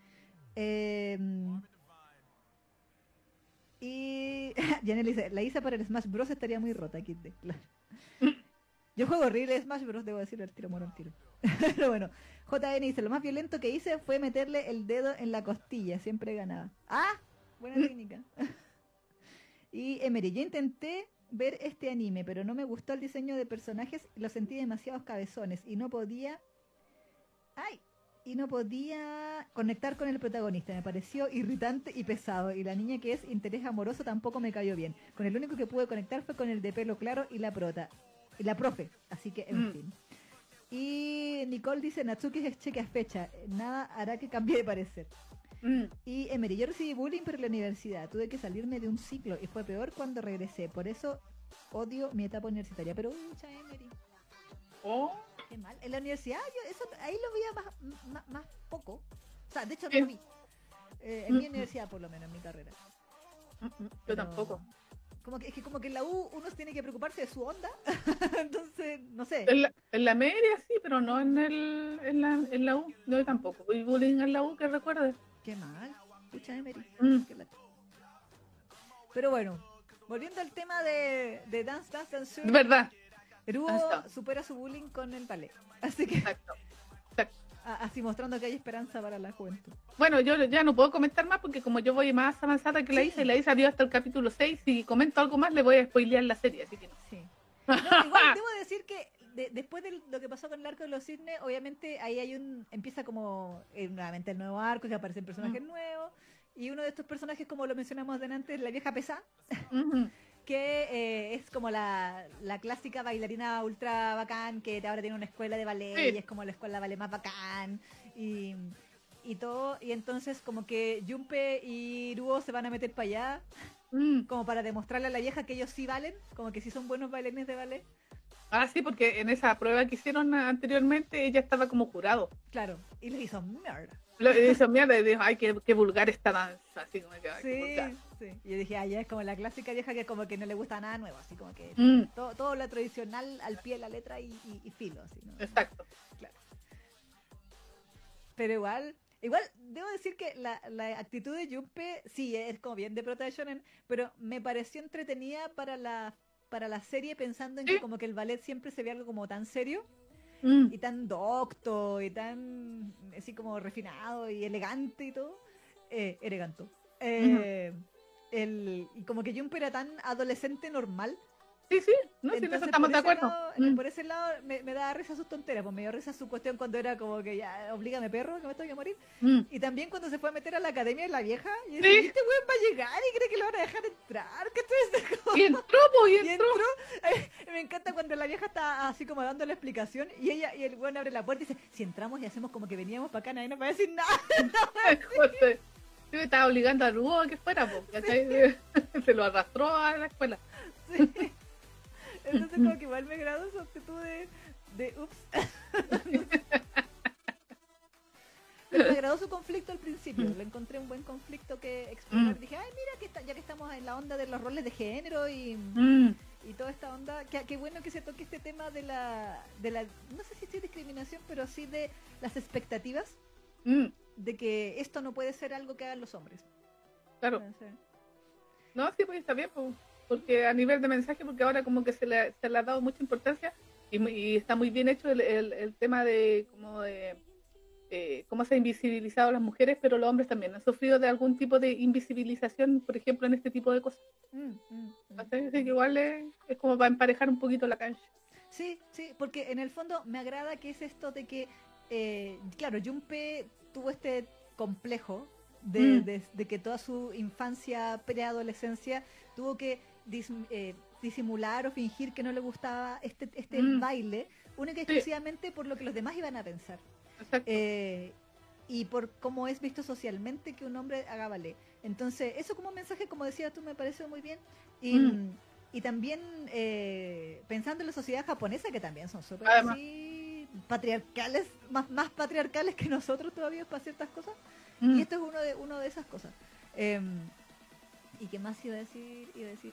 Y Yanela dice, la Isa para el Smash Bros estaría muy rota, Kid. Claro. Yo juego horrible Smash Bros, debo decirlo, el tiro, muero un tiro. Pero bueno, JN dice, lo más violento que hice fue meterle el dedo en la costilla, siempre ganaba. ¡Ah! Buena técnica. Y Emery, yo intenté ver este anime, pero no me gustó el diseño de personajes, lo sentí demasiados cabezones y no podía... ¡Ay! Y no podía conectar con el protagonista, me pareció irritante y pesado, y la niña que es interés amoroso tampoco me cayó bien. Con el único que pude conectar fue con el de pelo claro y la profe, así que en fin. Y Nicole dice, Natsuki es cheque a fecha, nada hará que cambie de parecer. Y Emery, yo recibí bullying por la universidad, tuve que salirme de un ciclo y fue peor cuando regresé, por eso odio mi etapa universitaria. Pero mucha Emery. Qué mal. En la universidad, yo eso ahí lo veía más poco. O sea, de hecho no lo vi. En mi universidad, por lo menos, en mi carrera. Yo tampoco. Como que en la U uno tiene que preocuparse de su onda. Entonces, no sé. En la media sí, pero no en la U. No, tampoco. Y bullying en la U, que recuerdes. Qué mal. Escucha, Emery. Pero bueno, volviendo al tema de Dance Dance. ¿Verdad? Eruo supera su bullying con el ballet. Así que... Exacto. Así mostrando que hay esperanza para la juventud. Bueno, yo ya no puedo comentar más porque como yo voy más avanzada que la Isa y la Isa vio hasta el capítulo 6, si comento algo más le voy a spoilear la serie, así que no. Sí. No, igual debo decir que después de lo que pasó con el arco de los cisnes, obviamente ahí empieza como nuevamente el nuevo arco, que aparecen personajes nuevos, y uno de estos personajes, como lo mencionamos delante, es la vieja pesada, que es como la clásica bailarina ultra bacán, que ahora tiene una escuela de ballet, y es como la escuela de ballet más bacán, y todo, y entonces como que Junpei y Ruo se van a meter para allá, como para demostrarle a la vieja que ellos sí valen, como que sí son buenos bailarines de ballet. Ah, sí, porque en esa prueba que hicieron anteriormente ella estaba como jurado. Claro, y le hizo mierda. Le hizo mierda y dijo, ay, qué vulgar esta danza, así como que, sí. Y yo dije, ya es como la clásica vieja que como que no le gusta nada nuevo, así como que todo lo tradicional al pie de la letra y filo, así, ¿no? Exacto. Claro. Pero igual debo decir que la actitud de Junpei sí es como bien de prota de shonen, pero me pareció entretenida para la serie, pensando en que como que el ballet siempre se ve algo como tan serio y tan docto y tan así como refinado y elegante y todo, eleganto. Y como que Junpei era tan adolescente normal. Sí, no, si en eso estamos de acuerdo. Por ese lado me da risa sus tonteras, pues me dio risa su cuestión cuando era como que ya, oblígame perro, que me tengo que morir. Y también cuando se fue a meter a la academia de la vieja, y dice, este weón va a llegar y cree que lo van a dejar entrar. Y entró. Me encanta cuando la vieja está así como dando la explicación, y ella y el weón abre la puerta y dice, si entramos y hacemos como que veníamos para acá, nadie nos va a decir nada. Yo me estaba obligando a Rubo a que fuera, ¿cachai? Se lo arrastró a la escuela. Sí. Entonces como que igual me agradó su actitud de ups. Pero me agradó su conflicto al principio, le encontré un buen conflicto que explorar. Dije, ay, mira, ya que estamos en la onda de los roles de género y toda esta onda, qué bueno que se toque este tema de la, no sé si es discriminación, pero sí de las expectativas de que esto no puede ser algo que hagan los hombres. Claro. Entonces, No, sí, pues está bien, pues, porque a nivel de mensaje, porque ahora como que se le ha dado mucha importancia y está muy bien hecho el tema de cómo se ha invisibilizado a las mujeres, pero los hombres también han sufrido de algún tipo de invisibilización, por ejemplo, en este tipo de cosas. Así que igual es como para emparejar un poquito la cancha. sí, porque en el fondo me agrada que es esto de que, claro, Junpei tuvo este complejo de que toda su infancia, preadolescencia, tuvo que disimular o fingir que no le gustaba este baile, única y exclusivamente por lo que los demás iban a pensar. Exacto. Y por cómo es visto socialmente que un hombre haga ballet. Entonces, eso como mensaje, como decías tú, me parece muy bien. Y también pensando en la sociedad japonesa, que también son súper así patriarcales, más patriarcales que nosotros todavía para ciertas cosas. Y esto es uno de esas cosas. ¿Y qué más iba a decir?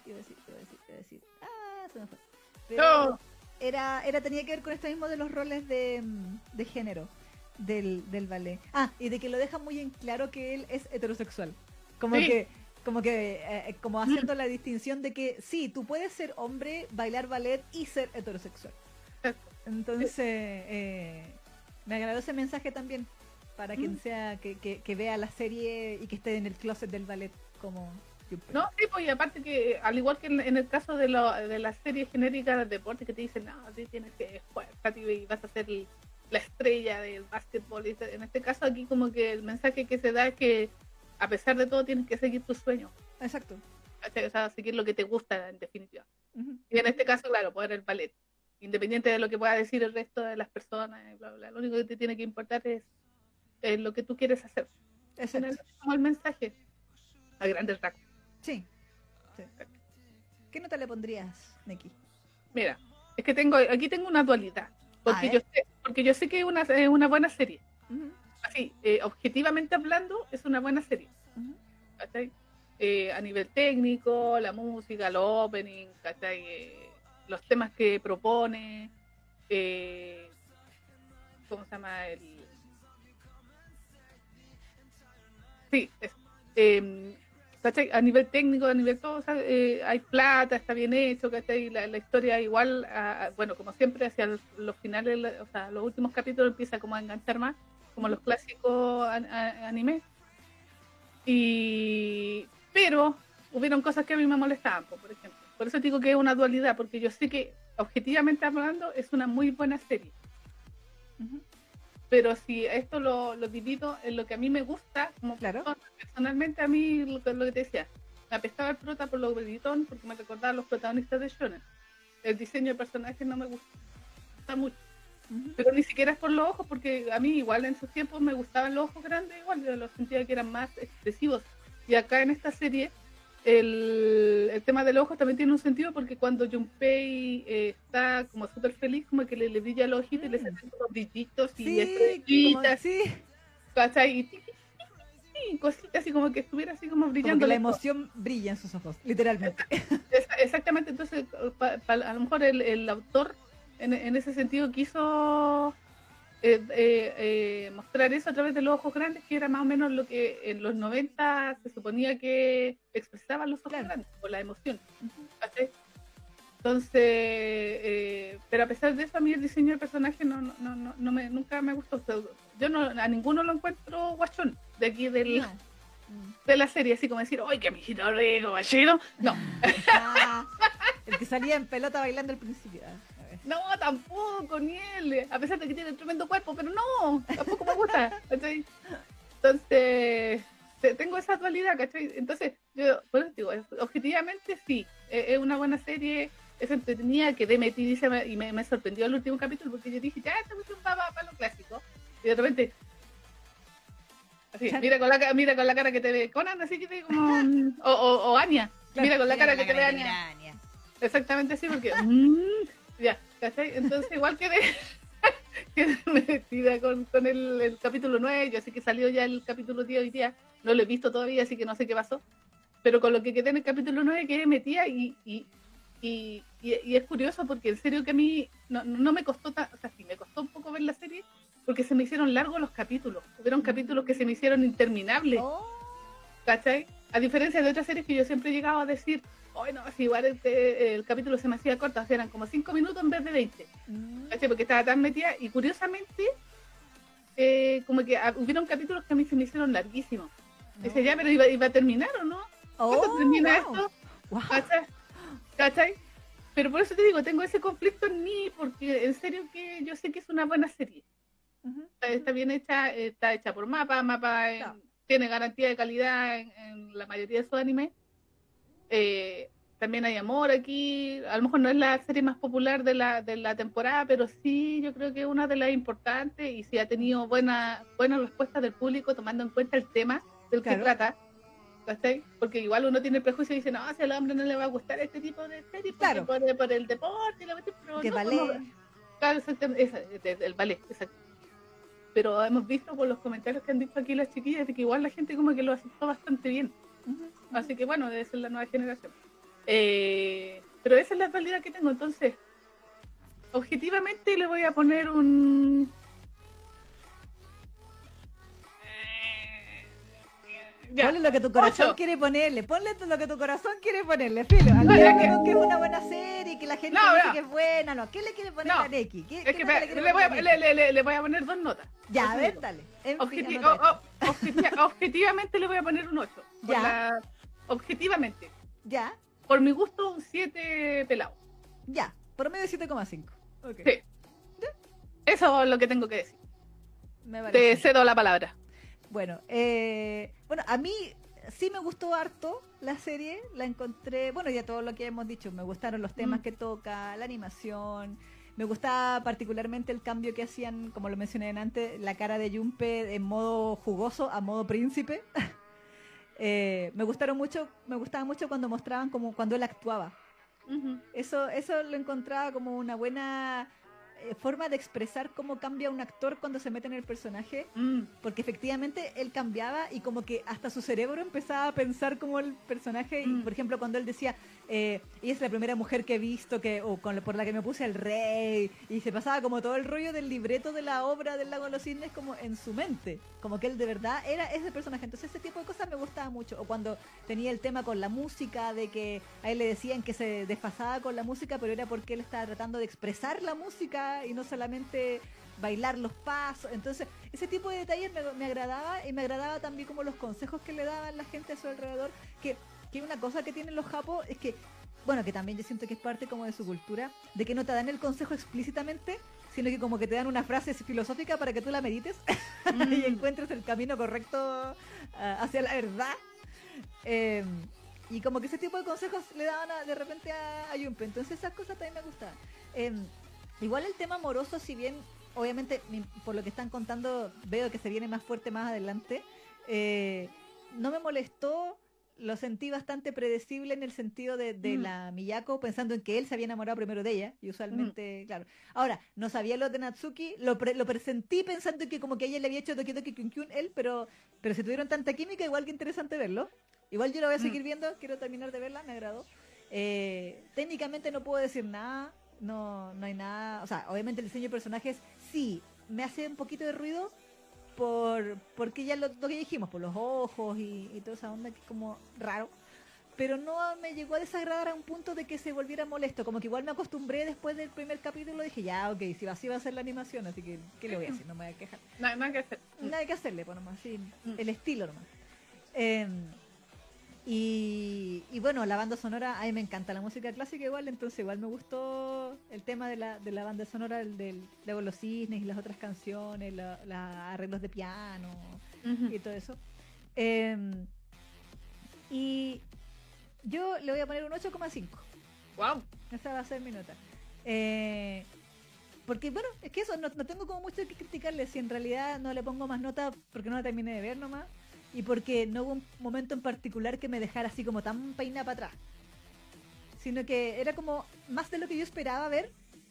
Ah, se me fue. Pero tenía que ver con esto mismo de los roles de género del ballet. Ah, y de que lo deja muy en claro que él es heterosexual. Como haciendo la distinción de que sí, tú puedes ser hombre, bailar ballet y ser heterosexual. Entonces, me agradó ese mensaje también para quien sea que vea la serie y que esté en el closet del ballet como Junpei. No, sí, pues y aparte que al igual que en el caso de las series genéricas de deporte que te dicen, no, sí tienes que jugar y vas a ser la estrella del básquetbol. En este caso aquí como que el mensaje que se da es que a pesar de todo tienes que seguir tus sueños. Exacto. O sea, seguir lo que te gusta en definitiva. Y en este caso, claro, poder el ballet. Independiente de lo que pueda decir el resto de las personas, bla, bla, lo único que te tiene que importar es lo que tú quieres hacer. Exacto. Es como el mensaje a grandes rasgos. Sí. ¿Qué nota le pondrías, Neki? Mira, es que aquí tengo una dualidad. Porque yo sé que es una buena serie. Así, objetivamente hablando, es una buena serie. ¿Cachai? A nivel técnico, la música, el opening, ¿cachai? Los temas que propone, ¿cómo se llama? Sí, ¿cachai? A nivel técnico, a nivel todo, hay plata, está bien hecho, ¿cachai? La historia igual, bueno, como siempre, hacia los finales, o sea, los últimos capítulos empieza como a enganchar más, como los clásicos anime. Pero hubieron cosas que a mí me molestaban, por ejemplo. Por eso digo que es una dualidad, porque yo sé que, objetivamente hablando, es una muy buena serie. Pero si esto lo divido en lo que a mí me gusta, como persona, personalmente a mí, lo que te decía, me apestaba el prota por lo gritón, porque me recordaba a los protagonistas de Shonen. El diseño de personajes no me gusta mucho. Pero ni siquiera es por los ojos, porque a mí igual en sus tiempos me gustaban los ojos grandes, igual yo los sentía que eran más expresivos. Y acá en esta serie el tema del ojo también tiene un sentido, porque cuando Junpei está como súper feliz, como que le brilla el ojito y le salen unos brillitos y estrellitas, ¿cachai? Y cositas así como que estuviera así como brillando. Como que la emoción brilla en sus ojos, literalmente. Exactamente, entonces a lo mejor el autor en ese sentido quiso mostrar eso a través de los ojos grandes, que era más o menos lo que en los 90 se suponía que expresaban los ojos grandes, por la emoción. ¿Sí? Entonces, pero a pesar de eso, a mí el diseño del personaje nunca me gustó. Yo a ninguno lo encuentro guachón de aquí de la serie, así como decir, ¡ay, qué mijito rico, guachito! No. El que salía en pelota bailando al principio. No, tampoco, ni él, a pesar de que tiene un tremendo cuerpo, pero no, tampoco me gusta, ¿cachai? Entonces, tengo esa dualidad, ¿cachai? Entonces, yo, por eso digo, objetivamente sí, es una buena serie, es entretenida, quedé metidísima y me sorprendió el último capítulo porque yo dije, ya, esta cuestión va para lo clásico. Y de repente, así, mira con la cara que te ve Conan, así que te como, o Anya, Claro, mira con la cara que te ve te Anya. mira Anya. Exactamente así, porque, ya, ¿cachai? Entonces igual quedé metida con el capítulo 9, yo sé que salió ya el capítulo 10 hoy día, no lo he visto todavía, así que no sé qué pasó, pero con lo que quedé en el capítulo 9 quedé metida y es curioso porque en serio que a mí no me costó, o sea, sí, me costó un poco ver la serie porque se me hicieron largos los capítulos, hubieron capítulos que se me hicieron interminables, Oh. ¿cachai? A diferencia de otras series que yo siempre he llegado a decir, oh, no, si igual el capítulo se me hacía corto, o sea, eran como 5 minutos en vez de 20, ¿cachai? Porque estaba tan metida y curiosamente, como que hubieron capítulos que a mí se me hicieron larguísimos. Dice, ya, pero iba a terminar o no. ¿Cuándo termina esto? Wow. ¿Cachai? Pero por eso te digo, tengo ese conflicto en mí, porque en serio que yo sé que es una buena serie. Está bien hecha, está hecha por Mapa Claro. tiene garantía de calidad en la mayoría de sus animes. También hay amor aquí, a lo mejor no es la serie más popular de la temporada, pero sí yo creo que es una de las importantes y sí ha tenido buenas respuestas del público tomando en cuenta el tema del que Claro. trata. ¿Cachai? Porque igual uno tiene el prejuicio y dice, no, si al hombre no le va a gustar este tipo de serie, porque Claro. por el deporte, y la cuestión, pero Que no, vale. pues no, claro, el ballet, exacto. Pero hemos visto por los comentarios que han dicho aquí las chiquillas de que igual la gente como que lo aceptó bastante bien. Así que bueno, debe ser la nueva generación. Pero esa es la realidad que tengo, entonces, objetivamente le voy a poner un... Ponle lo que tu corazón 8. quiere ponerle, ponle lo que tu corazón quiere ponerle, filo. No, Olvídate con que es una buena serie, que la gente No, dice no. que es buena, no. ¿Qué le quiere poner No. a Neki? ¿Qué Es que nota le quiere le poner a Neki? voy a poner 2 notas. Ya, Por a eso ver, digo. dale. En fin, Objetivamente le voy a poner un 8. Ya. Objetivamente. Ya, Por mi gusto, un 7 pelado. ya. Promedio 7,5. Ok. Sí. Eso es lo que tengo que decir. Me Te parece. cedo la palabra. Bueno, a mí sí me gustó harto la serie, la encontré, bueno, ya todo lo que hemos dicho, me gustaron los temas que toca, la animación, me gustaba particularmente el cambio que hacían, como lo mencioné antes, la cara de Junpei en modo jugoso a modo príncipe. Me gustaba mucho cuando mostraban como cuando él actuaba. Eso lo encontraba como una buena forma de expresar cómo cambia un actor cuando se mete en el personaje, porque efectivamente él cambiaba y como que hasta su cerebro empezaba a pensar como el personaje, y, por ejemplo, cuando él decía, ella es la primera mujer que he visto por la que me puse al rey, y se pasaba como todo el rollo del libreto de la obra del Lago de los Cisnes como en su mente, como que él de verdad era ese personaje. Entonces ese tipo de cosas me gustaba mucho. O cuando tenía el tema con la música, de que a él le decían que se desfasaba con la música, pero era porque él estaba tratando de expresar la música y no solamente bailar los pasos. Entonces ese tipo de detalles me agradaba, y me agradaba también como los consejos que le daban la gente a su alrededor, que una cosa que tienen los japos es que, bueno, que también yo siento que es parte como de su cultura, de que no te dan el consejo explícitamente, sino que como que te dan una frase filosófica para que tú la medites y encuentres el camino correcto hacia la verdad. Y como que ese tipo de consejos le daban de repente a Junpei. Entonces esas cosas también me gustaban. Igual el tema amoroso, si bien obviamente por lo que están contando veo que se viene más fuerte más adelante, no me molestó. Lo sentí bastante predecible en el sentido de la Miyako, pensando en que él se había enamorado primero de ella, y usualmente, claro. Ahora, no sabía lo de Natsuki, lo presentí pensando en que como que ella le había hecho Doki Doki Kyun Kyun él, pero si tuvieron tanta química, igual que interesante verlo. Igual yo lo voy a seguir viendo, quiero terminar de verla, me agradó. Técnicamente no puedo decir nada, no hay nada, o sea, obviamente el diseño de personajes sí, me hace un poquito de ruido, porque ya lo que dijimos, por los ojos y toda esa onda que es como raro, pero no me llegó a desagradar a un punto de que se volviera molesto, como que igual me acostumbré después del primer capítulo, dije ya, ok, si así va a ser la animación, así que ¿qué le voy a decir? No me voy a quejar. Nada que hacer. Nada que hacerle, pues nomás, sí, el estilo nomás. Y bueno, la banda sonora, a mí me encanta la música clásica igual, entonces igual me gustó el tema de la banda sonora de los cisnes y las otras canciones, los arreglos de piano y todo eso. Y yo le voy a poner un 8,5. Wow. Esa va a ser mi nota. Porque, bueno, es que eso, no tengo como mucho que criticarle, si en realidad no le pongo más nota porque no la terminé de ver nomás, y porque no hubo un momento en particular que me dejara así como tan peinada para atrás, sino que era como más de lo que yo esperaba ver,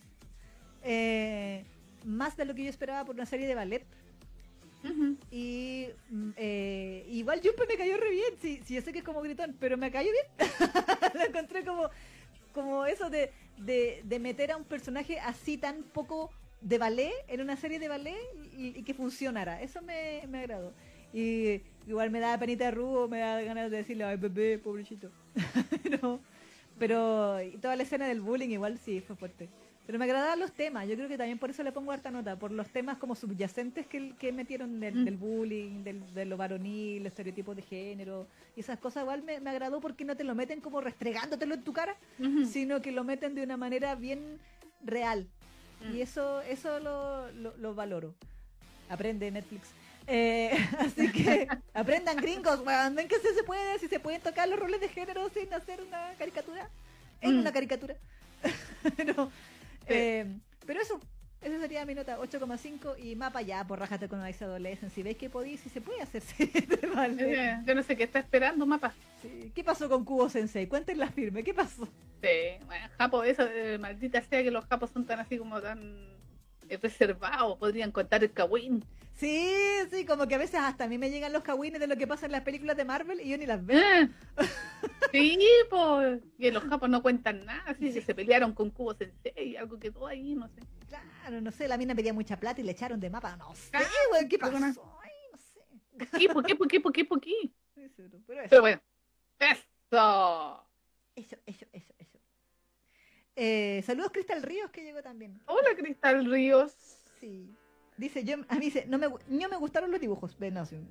más de lo que yo esperaba por una serie de ballet. Ujú. Y igual Junpei me cayó re bien, sí, yo sé que es como gritón, pero me cayó bien. Lo encontré como eso de meter a un personaje así tan poco de ballet en una serie de ballet y que funcionara. Eso me agradó. Y igual me da penita de Rubo, me da ganas de decirle, ay bebé, pobrecito. No, pero y toda la escena del bullying igual sí fue fuerte. Pero me agradaban los temas, yo creo que también por eso le pongo harta nota, por los temas como subyacentes que metieron del bullying, de lo varonil, los estereotipos de género, y esas cosas igual me agradó porque no te lo meten como restregándotelo en tu cara, Ujú. sino que lo meten de una manera bien real. Y eso lo valoro. Aprende Netflix. Así que aprendan gringos, weón, ven que sí se puede, si se pueden tocar los roles de género sin hacer una caricatura, en una caricatura. No, pero eso sería mi nota, 8,5 y mapa ya, por rájate con Ice Adolescent, si veis que podéis, si se puede hacer serie de ballet. Yo no sé qué está esperando, mapa. Sí. ¿Qué pasó con Kubo Sensei? Cuéntenla firme, ¿qué pasó? Sí, bueno, Japo, eso, maldita sea que los japos son tan así como tan reservados, podrían contar el kawin. Sí, como que a veces hasta a mí me llegan los kawines de lo que pasa en las películas de Marvel y yo ni las veo. Sí, pues, que los japos no cuentan nada, así que se pelearon con Kubo Sensei, algo quedó ahí, no sé. Claro, no sé, la mina pedía mucha plata y le echaron de mapa, no sé, Ah, weón, ¿qué alguna- pasó? Ay, no sé. ¿Por qué? Sí, pero eso. Pero bueno, eso. Eso. Saludos Cristal Ríos que llegó también. Hola, Cristal Ríos. Sí. Dice, a mí dice, no me gustaron los dibujos. No, sí.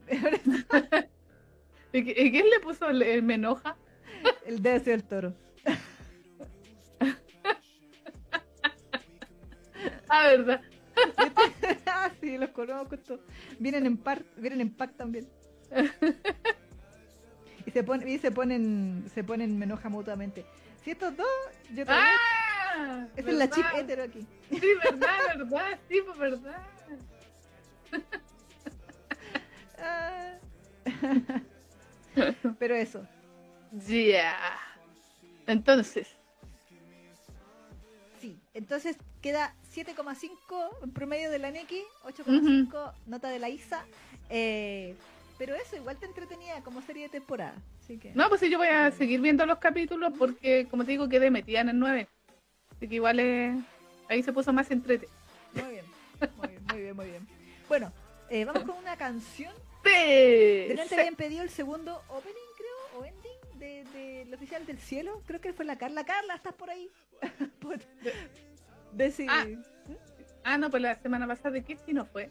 ¿Y quién le puso el me enoja? El deseo del toro. Ah, ¿verdad? Ah, sí, los conozco. Vienen en pack también. Y se ponen me enoja mutuamente. Si estos dos, yo también. ¡Ah! Esa es la chip ¿Verdad? hetero aquí. Sí, verdad, sí, pues verdad. Ah. Pero eso. Ya. Entonces, Sí, entonces queda 7,5 en promedio de la Neki, 8,5 nota de la Isa. Pero eso, igual te entretenía como serie de temporada. Así que. no, pues sí, yo voy a seguir viendo los capítulos porque, como te digo, quedé metida en el 9. Así que igual ahí se puso más entrete. Muy bien. Bueno, vamos con una canción. Sí. Delante habían pedido el segundo opening, creo, o ending del oficial del cielo. Creo que fue la Carla. Carla, ¿estás por ahí? Decir. No, pues la semana pasada, ¿de qué sí no fue?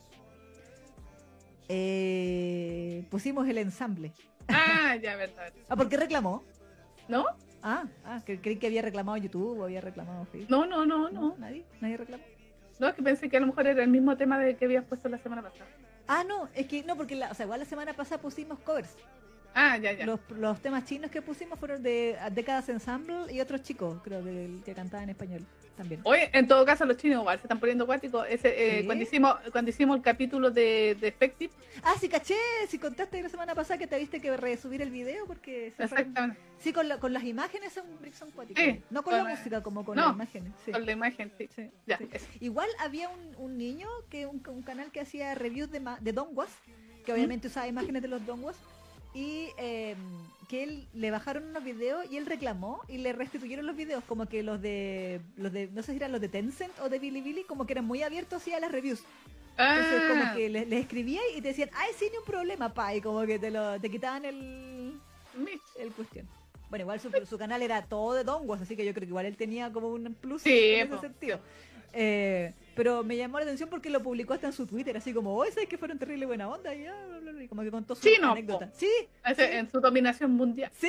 Pusimos el ensamble. Ya, verdad. ¿Por qué reclamó? ¿No? Que creí que había reclamado YouTube o había reclamado Facebook. No. Nadie reclamó. No, es que pensé que a lo mejor era el mismo tema de que habías puesto la semana pasada. No, es que no, porque igual la semana pasada pusimos covers. Ya. Los temas chinos que pusimos fueron de Décadas Ensemble y otros chicos, creo, que cantaban en español también. Oye, en todo caso los chinos igual se están poniendo cuáticos. ¿Sí? Cuando hicimos el capítulo de Effective. Sí, caché, si contaste la semana pasada que te viste que resubir el video porque Exactamente. Sí, con las imágenes son cuáticos. Sí, No con la música, como con no, las imágenes. Sí. Con la imagen, sí. Ya, Sí. eso. Igual había un niño, un canal que hacía reviews de donguas, que obviamente usaba imágenes de los donguas, y que él le bajaron unos videos y él reclamó y le restituyeron los videos, como que los de no sé si eran los de Tencent o de Bilibili, como que eran muy abiertos así a las reviews. Entonces como que les escribía y te decían, sí, ni un problema, pa, y como que te quitaban el cuestión. Bueno, igual su canal era todo de dongos, así que yo creo que igual él tenía como un plus en ese sentido. Pero me llamó la atención porque lo publicó hasta en su Twitter, así como, ¿sabes que fueron terrible buena onda? Y, y como que contó su anécdota. Sí, en su dominación mundial. Sí,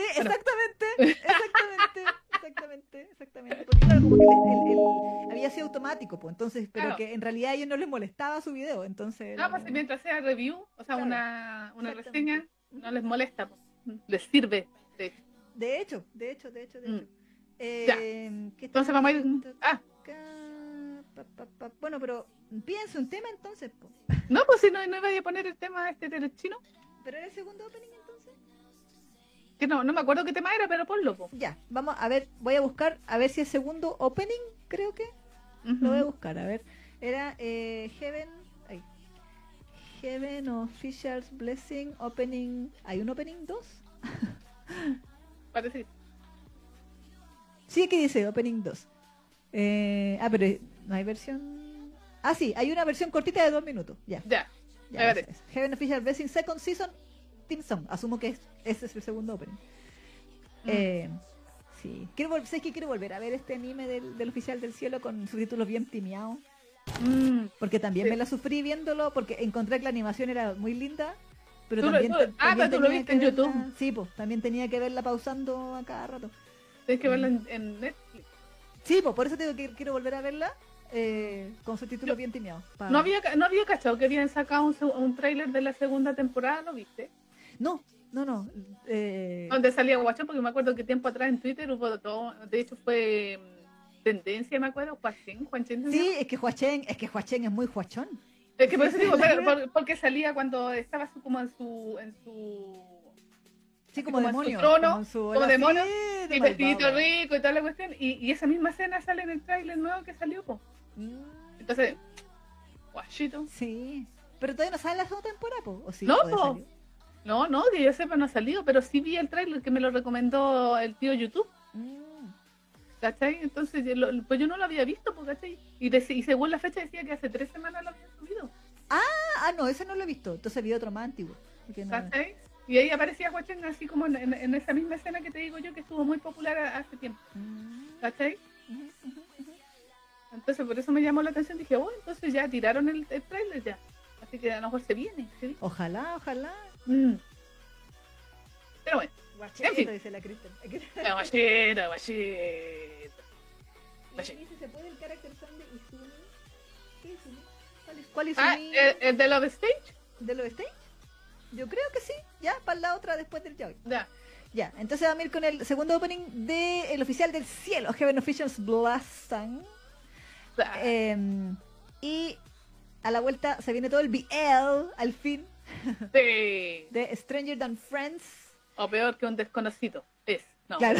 exactamente. Porque claro, como que él había sido automático, pues, entonces, pero Claro. que en realidad a ellos no les molestaba su video, entonces. Pues mientras sea review, o sea, Claro. una reseña, no les molesta, pues. Les sirve. De hecho. Ya. ¿qué Entonces vamos a ir... Ah, Bueno, pero piensa un tema entonces, po. no, pues si no iba a poner el tema este del chino. ¿Pero era el segundo opening entonces? Que no me acuerdo qué tema era, pero ponlo, po. Ya, vamos a ver, voy a buscar a ver si es segundo opening, creo que. Lo voy a buscar, a ver. Era Heaven Officials Blessing Opening. ¿Hay un opening 2? Parece que... Sí, aquí dice opening 2. Pero no hay versión. Ah, sí, hay una versión cortita de 2 minutos. Ya. Ya. Ese es. Heaven Official Blessing Second Season Team Song. Asumo que ese es el segundo opening. Sí. ¿Sabes que quiero volver a ver este anime del Oficial del Cielo con subtítulos bien timeados? Porque también me la sufrí viéndolo, porque encontré que la animación era muy linda, pero también pero tú lo viste en YouTube. Sí, pues, también tenía que verla pausando a cada rato. Tienes que verla en Netflix. Sí, pues, por eso digo que quiero volver a verla con subtítulos bien timeados. No había cachado que habían sacado un tráiler de la segunda temporada, ¿lo viste? No. Donde salía Guachón, porque me acuerdo que tiempo atrás en Twitter hubo todo, de hecho fue tendencia, me acuerdo, Juanchen. Sí, es que Huachén es muy Huachón. Es que por eso digo, porque salía cuando estaba como en su sí, como demonio, en su trono, como demonio, sí, y vestidito rico y toda la cuestión, y esa misma escena sale en el tráiler nuevo que salió, po. Entonces, guachito. Sí, pero todavía no sale la segunda temporada, po, ¿o sí? No, ¿O ya po. salió? No, que yo sepa no ha salido, pero sí vi el tráiler que me lo recomendó el tío YouTube. ¿Cachai? Entonces, pues yo no lo había visto, pues, ¿cachai? Y según la fecha decía que hace 3 semanas lo había subido. No, ese no lo he visto. Entonces vi otro más antiguo. No... ¿Cachai? Y ahí aparecía Huachén así como en esa misma escena que te digo yo, que estuvo muy popular hace tiempo. ¿Cachai? Entonces por eso me llamó la atención. Dije, entonces ya tiraron el trailer ya. Así que a lo mejor se viene. Ojalá. Pero bueno. Guachito, en fin. dice la Kristen. Guachito. ¿Y si se puede el character song de Izumi? ¿Qué Izumi? ¿Cuál es Ah, Izumi? ¿el de Love Stage? ¿De los stage? Yo creo que sí. Ya, para la otra después del Joy. Ya. Entonces vamos a ir con el segundo opening del Oficial del Cielo, Heaven Officials Blossom. Y a la vuelta se viene todo el BL, al fin. Sí. De Stranger Than Friends. O peor que un desconocido. No. Claro.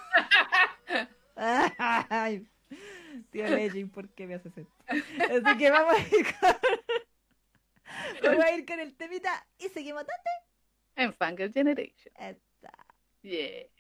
Ay, tío Legend, ¿por qué me haces esto? Así que vamos a ir con el temita y seguimos tanto En Fangirl Generation. Esta. Yeah.